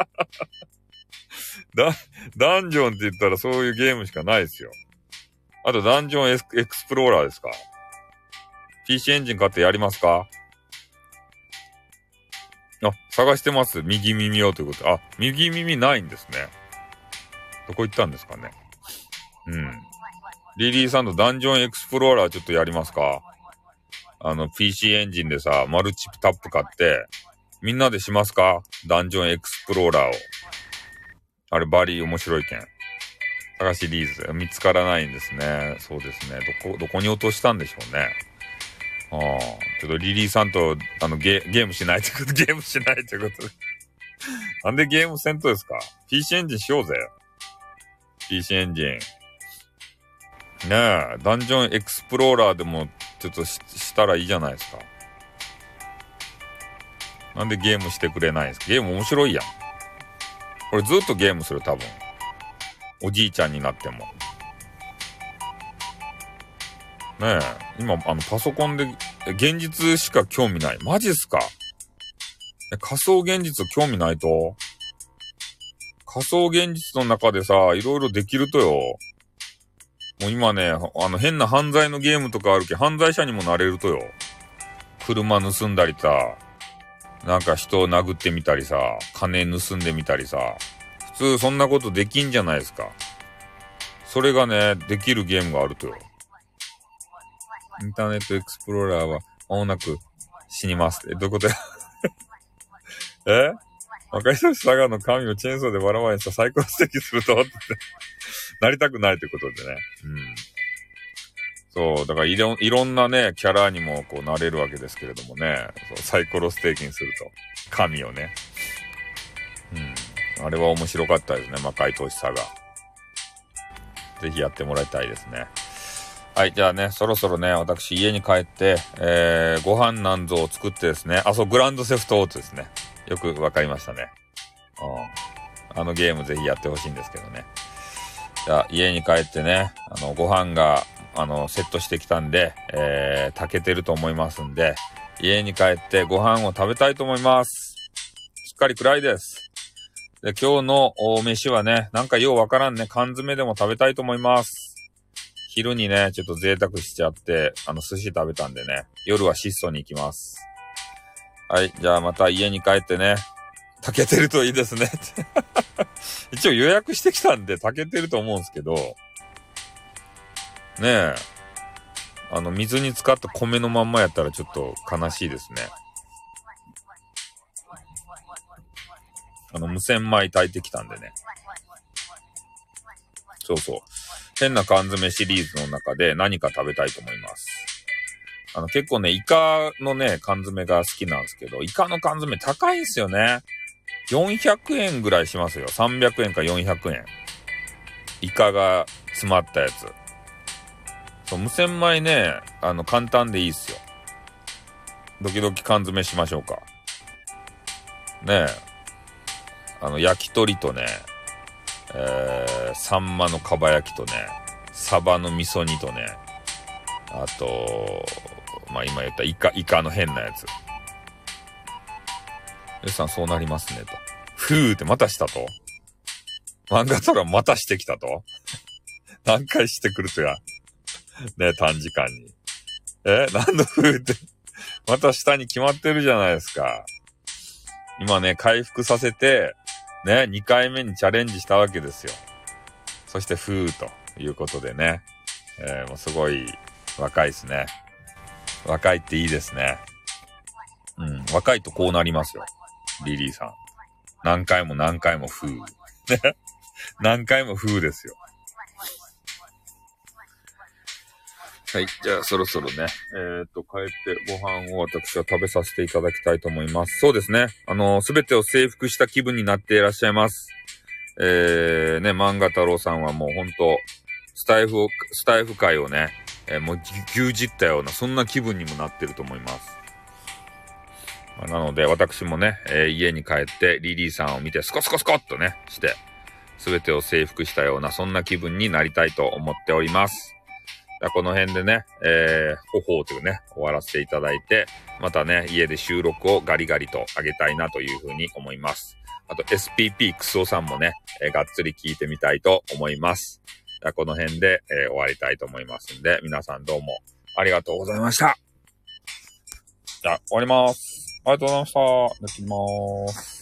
ダ、ダンジョンって言ったらそういうゲームしかないですよ。あとダンジョンエクスプローラーですか？ ピーシー エンジン買ってやりますか？あ、探してます。右耳をということで。あ、右耳ないんですね。どこ行ったんですかね。うん。リリーさんのダンジョンエクスプローラーちょっとやりますか？あの ピーシー エンジンでさ、マルチタップ買って、みんなでしますか？ダンジョンエクスプローラーを。あれバリ面白いけん。探しリーズ。見つからないんですね。そうですね。どこ、どこに落としたんでしょうね。ああ。ちょっとリリーさんと、あの、ゲ、ゲームしないってこと、ゲームしないってことで。なんでゲームせんとですか？ ピーシー エンジンしようぜ。ピーシー エンジン。ねえ、ダンジョンエクスプローラーでもちょっと し, したらいいじゃないですか。なんでゲームしてくれないんですか？ゲーム面白いやん。これずっとゲームする多分。おじいちゃんになっても。ねえ、今あのパソコンで現実しか興味ない。マジっすか？仮想現実興味ないと？仮想現実の中でさ、いろいろできるとよ。もう今ね、あの変な犯罪のゲームとかあるけど、犯罪者にもなれるとよ。車盗んだりさ、なんか人を殴ってみたりさ、金盗んでみたりさ、普通そんなことできんじゃないですか。それがね、できるゲームがあるとよ。インターネットエクスプローラーは間もなく死にます。え、どういうことやえ若い人佐賀の神をチェーンソーでバラバラにしたサイコロステーキするとってなりたくないということでね。うん。そう、だからいろいろんなね、キャラにもこうなれるわけですけれどもね。そうサイコロステーキにすると。神をね。うん。あれは面白かったですね。魔界投資佐賀。ぜひやってもらいたいですね。はい、じゃあね、そろそろね、私家に帰って、えー、ご飯なんぞを作ってですね、あ、そう、グランドセフトオートですね。よくわかりましたね。うん。あのゲームぜひやってほしいんですけどね。じゃあ、家に帰ってね、あの、ご飯が、あの、セットしてきたんで、えー、炊けてると思いますんで、家に帰ってご飯を食べたいと思います。しっかり暗いです。で、今日のお飯はね、なんかようわからんね、缶詰でも食べたいと思います。昼にね、ちょっと贅沢しちゃって、あの、寿司食べたんでね、夜は質素に行きます。はい、じゃあまた家に帰ってね、炊けてるといいですね。一応予約してきたんで炊けてると思うんですけど、ねえ、あの、水に浸かった米のまんまやったらちょっと悲しいですね。あの、無洗米炊いてきたんでね。そうそう。変な缶詰シリーズの中で何か食べたいと思います。あの、結構ね、イカのね、缶詰が好きなんですけど、イカの缶詰高いんすよね。よんひゃくえんぐらいしますよ。さんびゃくえんかよんひゃくえん。イカが詰まったやつ。そう、無洗米ね、あの、簡単でいいっすよ。ドキドキ缶詰しましょうか。ねえ。あの、焼き鳥とね、えー、サンマのかば焼きとね、サバの味噌煮とね、あと、まあ、今言ったイカ、イカの変なやつ。よしさんそうなりますねと。ふーってまたしたと。漫画トラまたしてきたと。何回してくるとや。ね、短時間に。え、何のふーって。また下に決まってるじゃないですか。今ね、回復させて、ね、にかいめにチャレンジしたわけですよ。そしてふーということでね。えー、もうすごい若いですね。若いっていいですね。うん、若いとこうなりますよ。リリーさん。何回も何回もふー。何回もふーですよ。はい。じゃあ、そろそろね、えー、っと、帰ってご飯を私は食べさせていただきたいと思います。そうですね。あの、すべてを征服した気分になっていらっしゃいます。えー、ね、漫画太郎さんはもう本当スタイフを、スタイフ界をね、えー、もう牛耳ったような、そんな気分にもなってると思います。 なので、私もね、えー、家に帰ってリリーさんを見てスコスコスコっとね、して、すべてを征服したような、そんな気分になりたいと思っております。この辺でね、えー、ほほうというね、終わらせていただいて、またね、家で収録をガリガリと上げたいなというふうに思います。あと エスピーピー クソさんもね、えー、がっつり聞いてみたいと思います。この辺で、えー、終わりたいと思いますんで、皆さんどうもありがとうございました。じゃあ、終わります。ありがとうございました。やってきます。